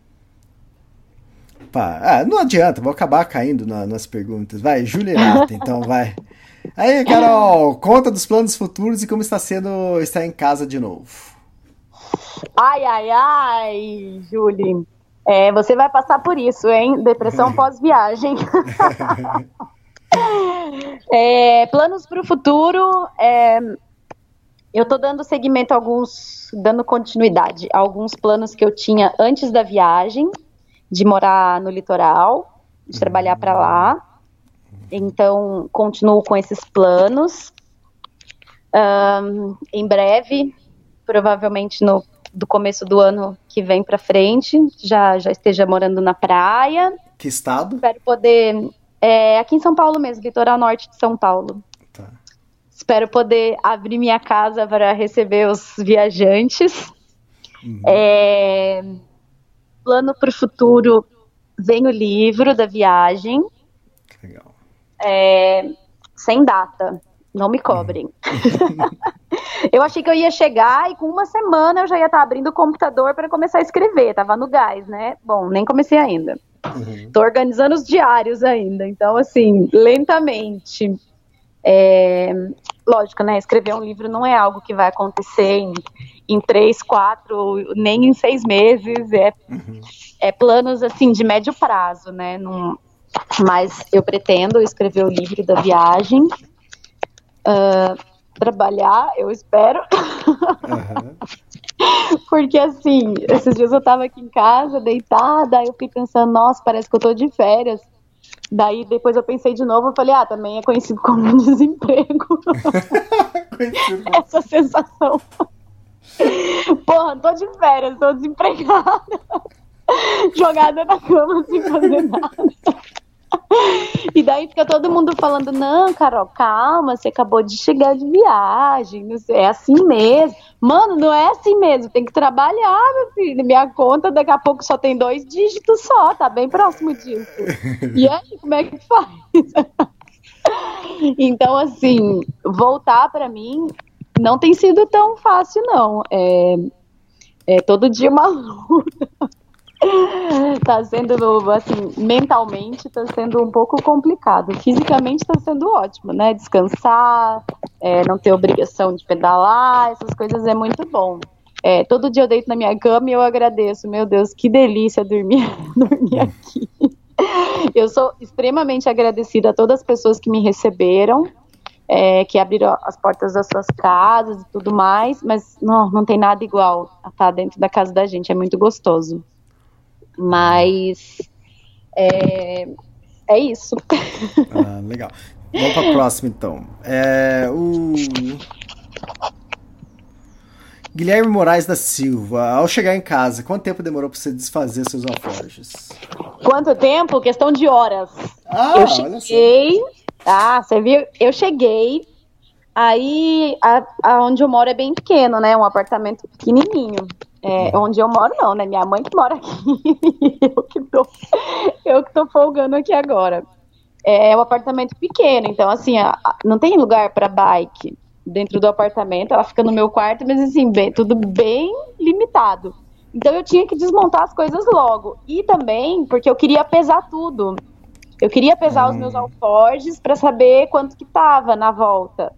Pá, ah, não adianta, vou acabar caindo na, nas perguntas. Vai, Juliana, então, vai. Aí, Carol, conta dos planos futuros e como está sendo estar em casa de novo. Ai, ai, ai, Julie. É, você vai passar por isso, hein? Depressão pós-viagem. é, planos para o futuro... É... Eu tô dando seguimento a alguns, dando continuidade a alguns planos que eu tinha antes da viagem, de morar no litoral, de trabalhar para lá. Então, continuo com esses planos. Um, em breve, provavelmente no do começo do ano que vem para frente, já, já esteja morando na praia. Que estado? Espero poder... É, aqui em São Paulo mesmo, litoral norte de São Paulo. Tá. Espero poder abrir minha casa para receber os viajantes. Uhum. É... Plano para o futuro, vem o livro da viagem. Legal. É... Sem data, não me cobrem. Uhum. Eu achei que eu ia chegar e com uma semana eu já ia estar abrindo o computador para começar a escrever. Tava no gás, né? Bom, nem comecei ainda. Uhum. Tô organizando os diários ainda. Então, assim, lentamente... É, lógico, né? Escrever um livro não é algo que vai acontecer em, em três, quatro, nem em seis meses. É, uhum. é planos assim de médio prazo, né? Num, mas eu pretendo escrever o livro da viagem, uh, trabalhar, eu espero. Uhum. Porque assim, esses dias eu tava aqui em casa, deitada, aí eu fiquei pensando, nossa, parece que eu tô de férias. Daí depois eu pensei de novo, eu falei, ah, também é conhecido como desemprego. Essa sensação. Porra, tô de férias, tô desempregada. Jogada na cama sem fazer nada. E daí fica todo mundo falando, não, Carol, calma, você acabou de chegar de viagem, não sei, é assim mesmo. Mano, não é assim mesmo, tem que trabalhar, meu filho. Minha conta daqui a pouco só tem dois dígitos só, tá bem próximo disso. E aí, como é que faz? Então, assim, voltar pra mim não tem sido tão fácil, não. É, é todo dia uma luta. Tá sendo, assim, mentalmente tá sendo um pouco complicado. Fisicamente tá sendo ótimo, né? Descansar, é, não ter obrigação de pedalar, essas coisas é muito bom. É, todo dia eu deito na minha cama e eu agradeço. Meu Deus, que delícia dormir, dormir aqui. Eu sou extremamente agradecida a todas as pessoas que me receberam, é, que abriram as portas das suas casas e tudo mais, mas não, não tem nada igual a estar dentro da casa da gente, é muito gostoso. Mas é, é isso. Ah, legal. Vamos para a próxima, então. É, o Guilherme Moraes da Silva. Ao chegar em casa, quanto tempo demorou para você desfazer seus alforjes? Quanto tempo? Questão de horas. Ah, eu cheguei, Ah, você viu? Eu cheguei, aí a, a onde eu moro é bem pequeno, né? Um apartamento pequenininho. É, onde eu moro não, né? Minha mãe que mora aqui. eu, que tô, eu que tô folgando aqui agora. É um apartamento pequeno, então assim, a, a, não tem lugar para bike dentro do apartamento. Ela fica no meu quarto, mas assim, bem, tudo bem limitado. Então eu tinha que desmontar as coisas logo. E também porque eu queria pesar tudo. Eu queria pesar hum. os meus alforjes para saber quanto que tava na volta.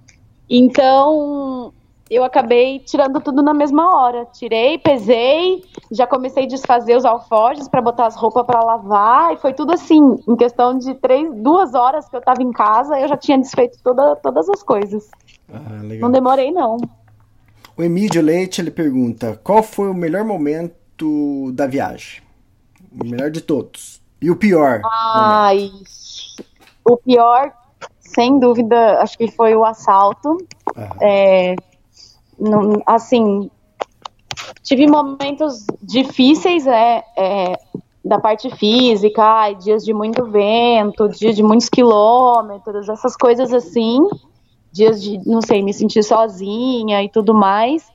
Então eu acabei tirando tudo na mesma hora. Tirei, pesei, já comecei a desfazer os alforjes para botar as roupas para lavar. E foi tudo assim, em questão de três, duas horas que eu tava em casa, eu já tinha desfeito toda, todas as coisas. Ah, legal. Não demorei, não. O Emílio Leite, ele pergunta, qual foi o melhor momento da viagem? O melhor de todos. E o pior? Ai, o pior, sem dúvida, acho que foi o assalto. Ah. É... Não, assim, tive momentos difíceis, é, é, da parte física, ai, dias de muito vento, dias de muitos quilômetros, essas coisas assim, dias de, não sei, me sentir sozinha e tudo mais,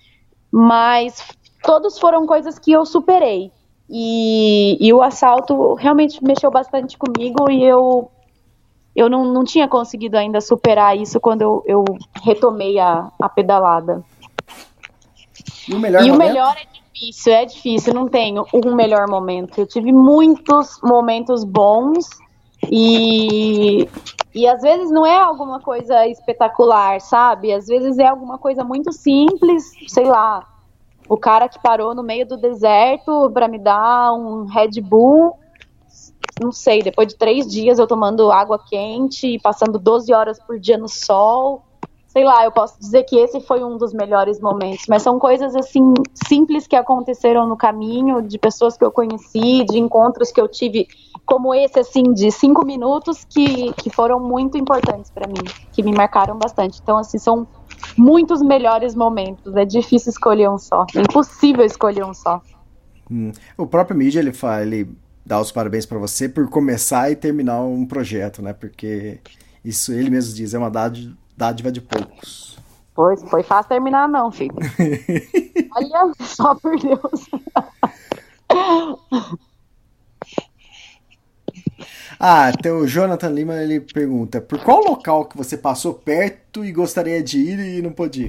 mas todos foram coisas que eu superei, e, e o assalto realmente mexeu bastante comigo, e eu Eu não, não tinha conseguido ainda superar isso quando eu, eu retomei a, a pedalada. E o melhor e momento? o melhor é difícil, é difícil, não tenho um melhor momento. Eu tive muitos momentos bons e, e às vezes não é alguma coisa espetacular, sabe? Às vezes é alguma coisa muito simples, sei lá, o cara que parou no meio do deserto para me dar um Red Bull. Não sei, depois de três dias eu tomando água quente e passando doze horas por dia no sol, sei lá, eu posso dizer que esse foi um dos melhores momentos, mas são coisas assim, simples que aconteceram no caminho, de pessoas que eu conheci, de encontros que eu tive, como esse assim, de cinco minutos, que, que foram muito importantes para mim, que me marcaram bastante. Então assim, são muitos melhores momentos, é difícil escolher um só, é impossível escolher um só. Hum. O próprio mídia, ele fala, ele dá os parabéns para você por começar e terminar um projeto, né? Porque isso, ele mesmo diz, é uma dádiva de poucos. Pois, foi fácil terminar não, filho. Olha, só por Deus. Ah, então o Jonathan Lima, ele pergunta, por qual local que você passou perto e gostaria de ir e não pôde ir?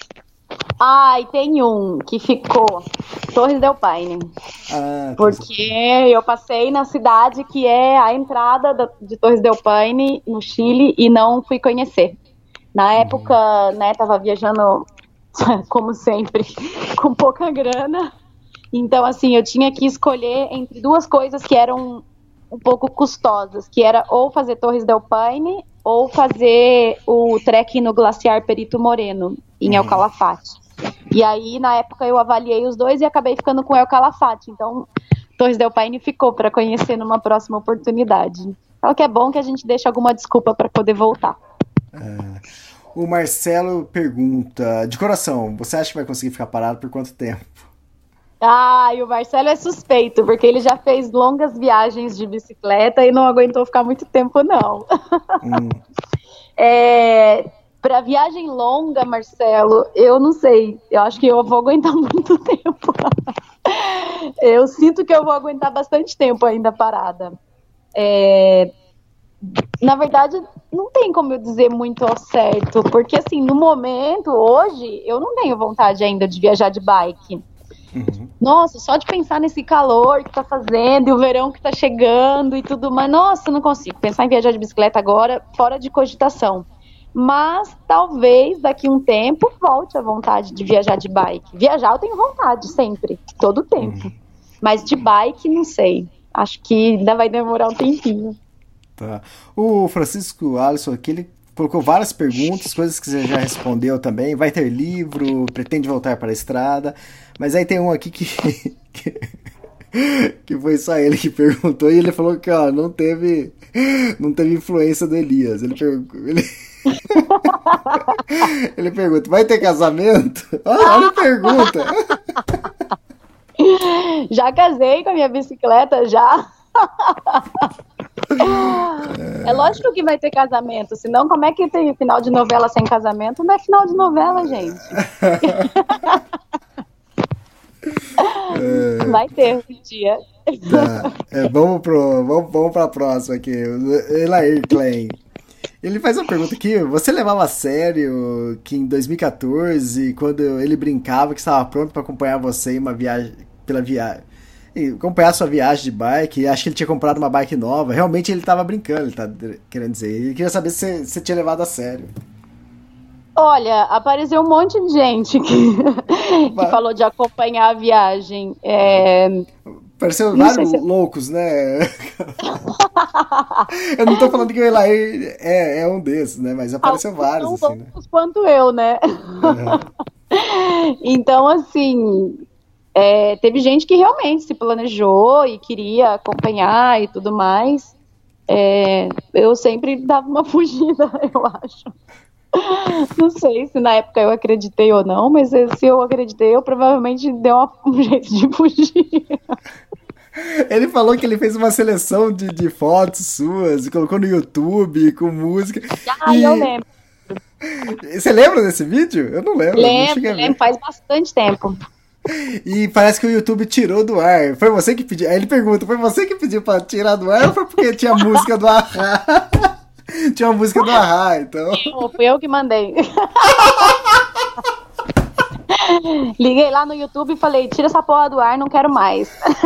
Ah, e tem um que ficou, Torres del Paine, ah, porque eu passei na cidade que é a entrada de Torres del Paine, no Chile, e não fui conhecer. Na época, uhum. né, tava viajando, como sempre, com pouca grana, então assim, eu tinha que escolher entre duas coisas que eram um pouco custosas, que era ou fazer Torres del Paine, ou fazer o trekking no Glaciar Perito Moreno, em uhum. El Calafate. E aí, na época, eu avaliei os dois e acabei ficando com El Calafate. Então, Torres del Paine ficou para conhecer numa próxima oportunidade. Então, que é bom que a gente deixe alguma desculpa para poder voltar. Ah, o Marcelo pergunta, de coração, você acha que vai conseguir ficar parado por quanto tempo? Ah, e o Marcelo é suspeito, porque ele já fez longas viagens de bicicleta e não aguentou ficar muito tempo, não. Hum. é... Para viagem longa, Marcelo, eu não sei. Eu acho que eu vou aguentar muito tempo. Eu sinto que eu vou aguentar bastante tempo ainda parada. É... Na verdade, não tem como eu dizer muito ao certo. Porque, assim, no momento, hoje, eu não tenho vontade ainda de viajar de bike. Uhum. Nossa, só de pensar nesse calor que tá fazendo e o verão que tá chegando e tudo mais. Nossa, eu não consigo pensar em viajar de bicicleta agora, fora de cogitação. Mas talvez daqui a um tempo volte a vontade de viajar de bike. Viajar eu tenho vontade sempre, todo o tempo. Uhum. Mas de bike, não sei. Acho que ainda vai demorar um tempinho. Tá. O Francisco Alisson aqui, ele colocou várias perguntas, coisas que você já respondeu também. Vai ter livro, pretende voltar para a estrada. Mas aí tem um aqui que... que... que foi só ele que perguntou e ele falou que ó, não teve não teve influência do Elias. Ele perguntou... Ele... Ele pergunta, vai ter casamento? Ah, olha a pergunta. Já casei com a minha bicicleta, já. É lógico que vai ter casamento, senão como é que tem final de novela sem casamento? Não é final de novela, gente. É... Vai ter um dia. Tá. É, vamos, pro, vamos, vamos pra próxima aqui. Elair Klein. Ele faz uma pergunta aqui. Você levava a sério que em dois mil e quatorze, quando ele brincava que estava pronto para acompanhar você em uma viagem, pela viagem, acompanhar a sua viagem de bike, acho que ele tinha comprado uma bike nova. Realmente ele estava brincando, ele tá querendo dizer. Ele queria saber se você, se você tinha levado a sério. Olha, apareceu um monte de gente que, que falou de acompanhar a viagem. É... Apareceu vários se... loucos, né? Eu não tô falando que o Elair é, é um desses, né? Mas apareceu Alguns vários, tão assim, né? Loucos quanto eu, né? Uhum. Então, assim, é, teve gente que realmente se planejou e queria acompanhar e tudo mais. É, eu sempre dava uma fugida, eu acho. Não sei se na época eu acreditei ou não, mas se eu acreditei, eu provavelmente dei uma, um jeito de fugir. Ele falou que ele fez uma seleção de, de fotos suas e colocou no YouTube com música. Ah, e... eu lembro. Você lembra desse vídeo? Eu não lembro. Lembro, não lembro, faz bastante tempo. E parece que o YouTube tirou do ar. Foi você que pediu? Aí ele pergunta, foi você que pediu pra tirar do ar ou foi porque tinha música do Ahá? Tinha uma música do Ahá, então. Eu, fui eu que mandei. Liguei lá no YouTube e falei, tira essa porra do ar, não quero mais.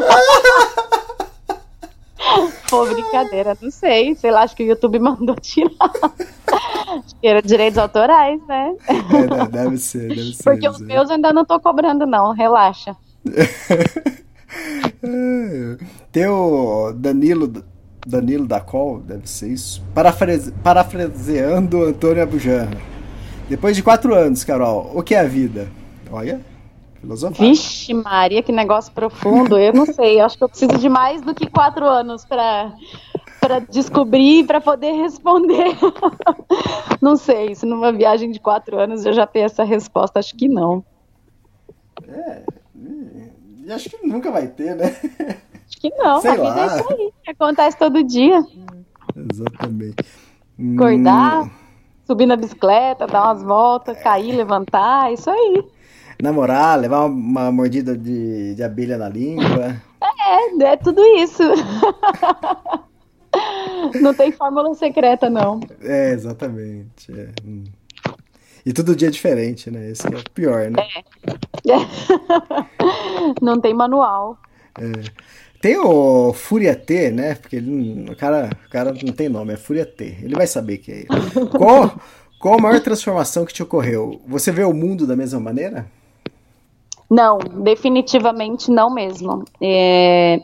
Pô, brincadeira, não sei. Sei lá, acho que o YouTube mandou tirar. Acho que era direitos autorais, né? É, deve ser, deve ser. Porque os meus eu ainda não tô cobrando, não, relaxa. Tem o Danilo... Danilo da Col, deve ser isso. Parafrase, parafraseando Antônio Abujanra. Depois de quatro anos, Carol, o que é a vida? Olha, filosofar. Vixe Maria, que negócio profundo. Eu não sei, eu acho que eu preciso de mais do que quatro anos para para descobrir e para poder responder. Não sei, se numa viagem de quatro anos eu já tenho essa resposta, acho que não. É, e acho que nunca vai ter, né? Acho que não, sei a vida lá. é isso aí, acontece todo dia. Exatamente. Acordar, hum... subir na bicicleta, dar umas voltas, cair, levantar, isso aí. Namorar, levar uma mordida de, de abelha na língua. É, é tudo isso. Não tem fórmula secreta, não. É, exatamente. É. E todo dia é diferente, né? Esse é o pior, né? É. É. Não tem manual. É. Tem o Fúria T, né? Porque ele, o, cara, o cara não tem nome, é Fúria T. Ele vai saber que é ele. Qual, qual a maior transformação que te ocorreu? Você vê o mundo da mesma maneira? Não, definitivamente não mesmo. É,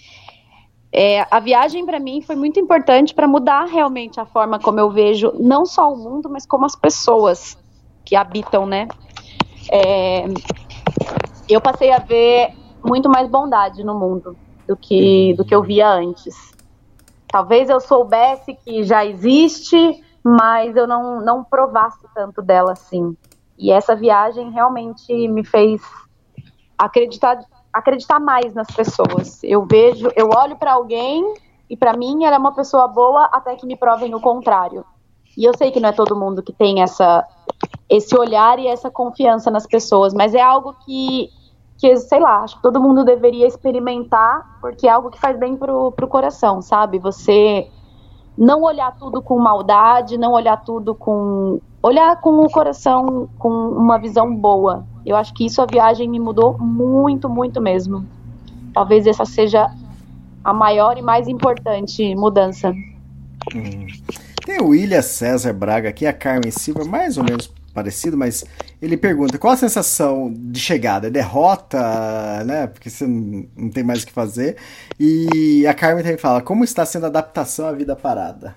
é, a viagem para mim foi muito importante para mudar realmente a forma como eu vejo não só o mundo, mas como as pessoas que habitam, né? É, eu passei a ver muito mais bondade no mundo do que, do que eu via antes. Talvez eu soubesse que já existe, mas eu não, não provasse tanto dela assim. E essa viagem realmente me fez acreditar, acreditar mais nas pessoas. Eu vejo, eu olho para alguém e para mim ela é uma pessoa boa até que me provem o contrário. E eu sei que não é todo mundo que tem essa, esse olhar e essa confiança nas pessoas, mas é algo que que, sei lá, acho que todo mundo deveria experimentar, porque é algo que faz bem pro, pro coração, sabe? Você não olhar tudo com maldade, não olhar tudo com... Olhar com o coração, com uma visão boa. Eu acho que isso a viagem me mudou muito, muito mesmo. Talvez essa seja a maior e mais importante mudança. Hum. Tem o William César Braga aqui, a Carmen Silva, mais ou menos parecido, mas ele pergunta, qual a sensação de chegada? É derrota, né? Porque você não, não tem mais o que fazer. E a Carmen também fala, como está sendo a adaptação à vida parada?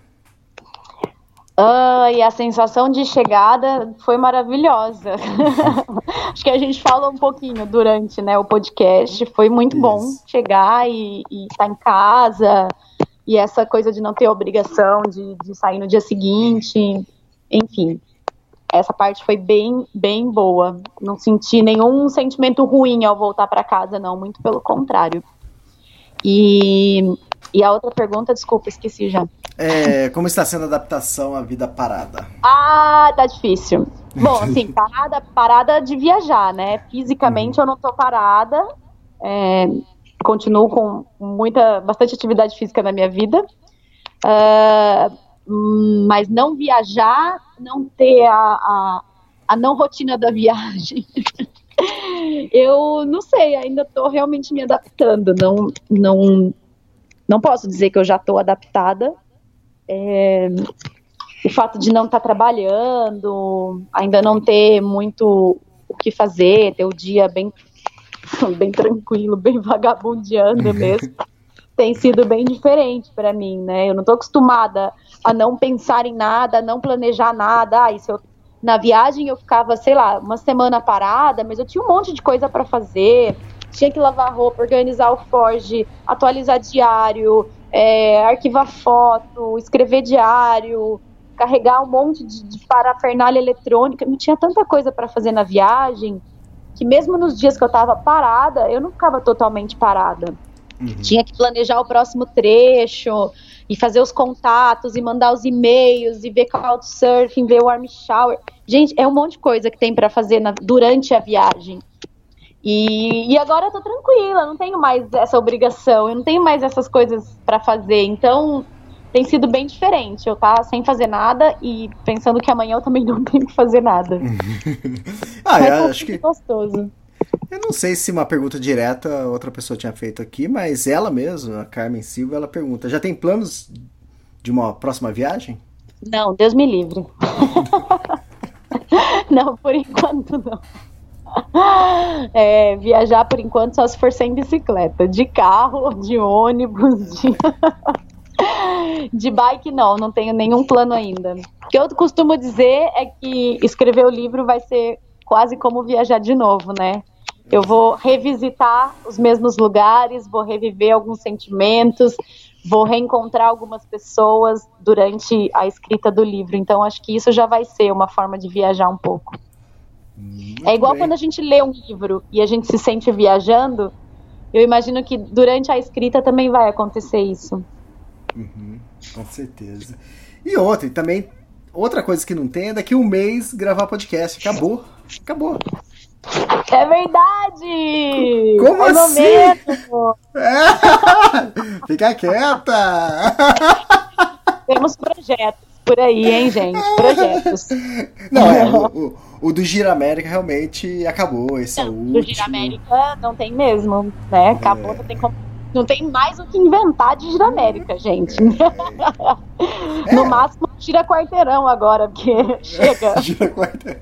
Ah, e a sensação de chegada foi maravilhosa. Acho que a gente falou um pouquinho durante, né, o podcast. Foi muito Isso. bom chegar e, e estar em casa. E essa coisa de não ter obrigação de, de sair no dia seguinte. Enfim. Essa parte foi bem, bem boa. Não senti nenhum sentimento ruim ao voltar para casa, não. Muito pelo contrário. E E a outra pergunta, desculpa, esqueci já. É, como está sendo a adaptação à vida parada? Ah, tá difícil. Bom, assim, parada, parada de viajar, né? Fisicamente uhum. eu não tô parada. É, continuo com muita, bastante atividade física na minha vida. Uh, mas não viajar, não ter a, a, a não rotina da viagem. Eu não sei, ainda tô realmente me adaptando. Não, não, não posso dizer que eu já tô adaptada. É, o fato de não estar tá trabalhando, ainda não ter muito o que fazer, ter o dia bem, bem tranquilo, bem vagabundeando mesmo, tem sido bem diferente para mim, né? Eu não tô acostumada a não pensar em nada, a não planejar nada. Ah, se eu, na viagem eu ficava, sei lá, uma semana parada, mas eu tinha um monte de coisa para fazer, tinha que lavar roupa, organizar o Forge, atualizar diário, É, arquivar foto, escrever diário, carregar um monte de, de parafernália eletrônica. Não tinha tanta coisa para fazer na viagem que mesmo nos dias que eu estava parada, eu não ficava totalmente parada. Uhum. Tinha que planejar o próximo trecho e fazer os contatos e mandar os e-mails e ver couchsurfing, ver warm shower. Gente, é um monte de coisa que tem para fazer na, durante a viagem. E, e agora eu tô tranquila, não tenho mais essa obrigação, eu não tenho mais essas coisas pra fazer, então tem sido bem diferente, eu tá sem fazer nada e pensando que amanhã eu também não tenho que fazer nada. ah, eu acho que gostoso. Eu não sei se uma pergunta direta outra pessoa tinha feito aqui, mas ela mesma, a Carmen Silva, ela pergunta, já tem planos de uma próxima viagem? Não, Deus me livre. Não, por enquanto não. É, viajar por enquanto só se for sem bicicleta, de carro, de ônibus, de, de bike não, não tenho nenhum plano ainda. O que eu costumo dizer é que escrever o livro vai ser quase como viajar de novo, né? Eu vou revisitar os mesmos lugares, vou reviver alguns sentimentos, vou reencontrar algumas pessoas durante a escrita do livro, então acho que isso já vai ser uma forma de viajar um pouco. Muito é igual bem. Quando a gente lê um livro e a gente se sente viajando, eu imagino que durante a escrita também vai acontecer isso. Uhum, com certeza. E outra, e também, outra coisa que não tem é daqui a um mês gravar podcast. Acabou. Acabou. É verdade! Como é assim? É. Fica quieta! Temos projetos por aí, hein, gente? Projetos. Não, é, o, o, o do Gira América realmente acabou, esse não, é o último. O Gira América não tem mesmo, né? Acabou, é. não, tem como, não tem mais o que inventar de Gira América, gente. É. No máximo, Gira Quarteirão agora, porque chega. Gira Quarteirão.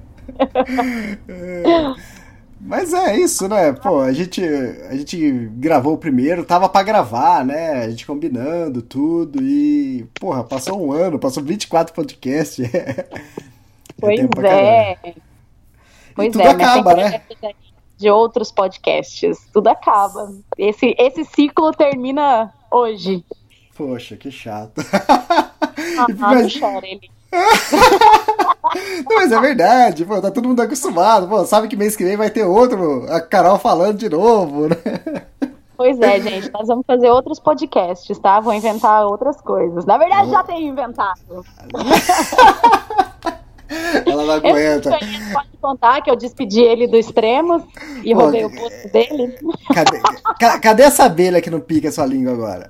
É. Mas é isso, né? Pô, a gente, a gente gravou o primeiro, tava pra gravar, né? A gente combinando tudo e, porra, passou um ano, passou vinte e quatro podcasts. Pois é. Pois e tudo é, acaba, né? De outros podcasts, tudo acaba. Esse, esse ciclo termina hoje. Poxa, que chato. Ah, mas... não chora, ele. Não, mas é verdade, pô, tá todo mundo acostumado, pô, sabe que mês que vem vai ter outro, a Carol falando de novo, né? Pois é, gente, nós vamos fazer outros podcasts, tá? Vou inventar outras coisas. Na verdade, já tenho inventado. Ela não aguenta. Eu pode contar que eu despedi ele do Extremos e pô, roubei o posto dele. Cadê, ca, cadê essa abelha que não pica a sua língua agora?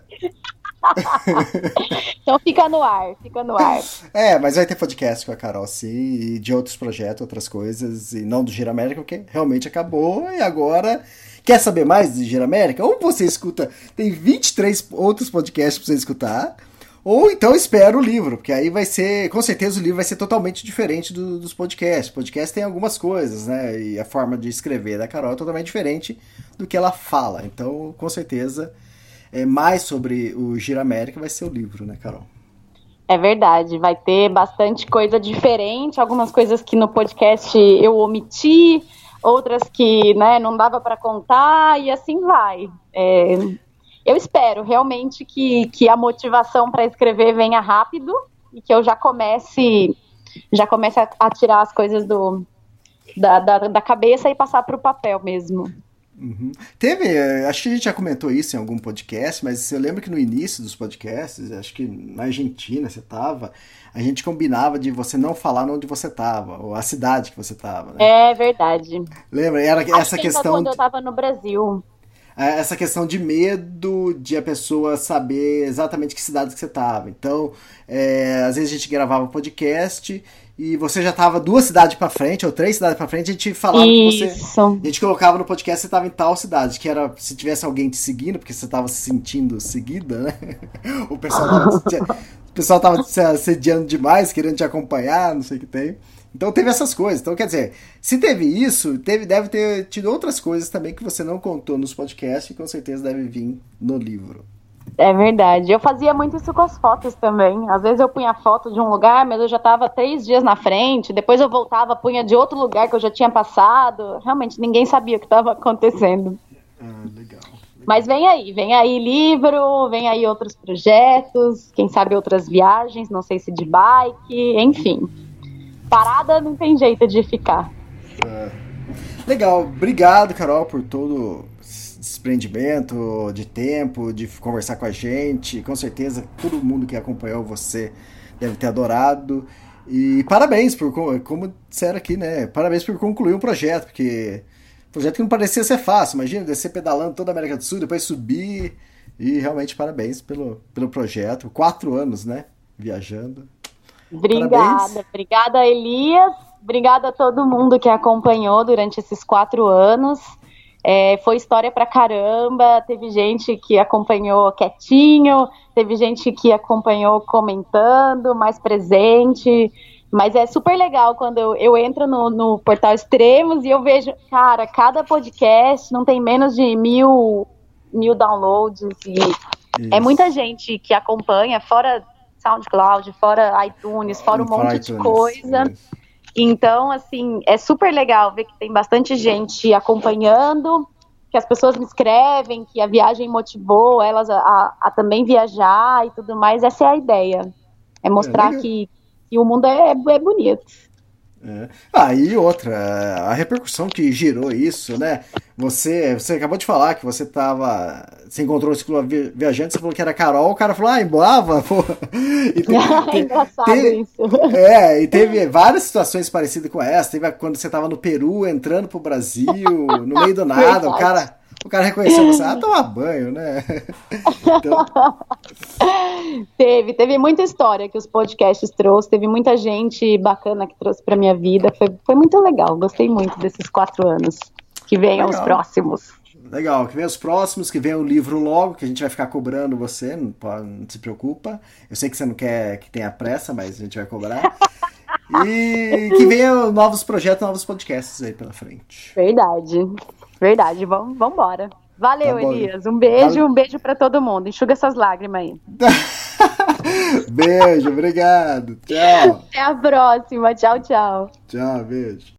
Então fica no ar, fica no ar. É, mas vai ter podcast com a Carol, sim, e de outros projetos, outras coisas, e não do Gira América, porque realmente acabou, e agora... Quer saber mais de Gira América? Ou você escuta, tem vinte e três outros podcasts pra você escutar, ou então espera o livro, porque aí vai ser, com certeza o livro vai ser totalmente diferente do, dos podcasts. Podcast tem algumas coisas, né, e a forma de escrever da Carol é totalmente diferente do que ela fala, então com certeza... É, mais sobre o Gira América vai ser o livro, né, Carol? É verdade, vai ter bastante coisa diferente, algumas coisas que no podcast eu omiti, outras que, né, não dava para contar, e assim vai. É, eu espero realmente que, que a motivação para escrever venha rápido e que eu já comece, já comece a, a tirar as coisas do, da, da, da cabeça e passar para o papel mesmo. Uhum. Teve, acho que a gente já comentou isso em algum podcast, mas eu lembro que no início dos podcasts, acho que na Argentina você tava, a gente combinava de você não falar onde você tava, ou a cidade que você tava, né? É verdade. Lembra? Era Acho essa que questão... quando eu tava no Brasil. Essa questão de medo de a pessoa saber exatamente que cidade que você tava. Então, é, às vezes a gente gravava podcast e você já tava duas cidades pra frente, ou três cidades pra frente, a gente falava Isso. que você... A gente colocava no podcast que você tava em tal cidade, que era se tivesse alguém te seguindo, porque você tava se sentindo seguida, né? O pessoal tava, o pessoal tava se assediando demais, querendo te acompanhar, não sei o que tem. Então teve essas coisas. Então, quer dizer, se teve isso, teve, deve ter tido outras coisas também que você não contou nos podcasts e com certeza deve vir no livro. É verdade. Eu fazia muito isso com as fotos também. Às vezes eu punha foto de um lugar, mas eu já estava três dias na frente. Depois eu voltava, punha de outro lugar que eu já tinha passado. Realmente, ninguém sabia o que estava acontecendo. Ah, legal. Mas vem aí, vem aí livro, vem aí outros projetos, quem sabe outras viagens, não sei se de bike, enfim. Parada não tem jeito de ficar. É. Legal, obrigado, Carol, por todo esse desprendimento de tempo, de conversar com a gente. Com certeza todo mundo que acompanhou você deve ter adorado. E parabéns por, como disseram aqui, né? Parabéns por concluir um projeto, porque projeto que não parecia ser fácil. Imagina descer pedalando toda a América do Sul, depois subir. E realmente parabéns pelo, pelo projeto. Quatro anos, né? Viajando. Obrigada, Parabéns. Obrigada, Elias. Obrigada a todo mundo que acompanhou durante esses quatro anos. É, foi história pra caramba. Teve gente que acompanhou quietinho, teve gente que acompanhou comentando, mais presente. Mas é super legal quando eu, eu entro no, no Portal Extremos e eu vejo, cara, cada podcast não tem menos de mil, mil downloads. E é muita gente que acompanha, fora SoundCloud, fora iTunes, fora um Fora monte iTunes, de coisa. isso. Então, assim, é super legal ver que tem bastante gente acompanhando, que as pessoas me escrevem, que a viagem motivou elas a, a, a também viajar e tudo mais. Essa é a ideia. É mostrar é que, que o mundo é, é bonito. É. Ah, e outra, a repercussão que gerou isso, né? Você, você acabou de falar que você tava. Você encontrou o ciclo viajante, você falou que era Carol, o cara falou, ah, emboava, pô. E te, é engraçado teve, isso. É, e teve várias situações parecidas com essa. Teve quando você tava no Peru, entrando pro Brasil, no meio do nada, Verdade. o cara. O cara reconheceu você, ah, tomar banho, né? Então... Teve, teve muita história que os podcasts trouxe, teve muita gente bacana que trouxe pra minha vida, foi, foi muito legal, gostei muito desses quatro anos. Que venham Legal. Os próximos. Legal, que venham os próximos, que venha o livro logo, que a gente vai ficar cobrando você, não, não se preocupa. Eu sei que você não quer que tenha pressa, mas a gente vai cobrar. E que venham novos projetos, novos podcasts aí pela frente. Verdade, verdade, vamos embora. Valeu, Tá bom. Elias, um beijo, Valeu. um beijo pra todo mundo, enxuga essas lágrimas aí. Beijo, obrigado. Tchau. Até a próxima, tchau, tchau. Tchau, beijo.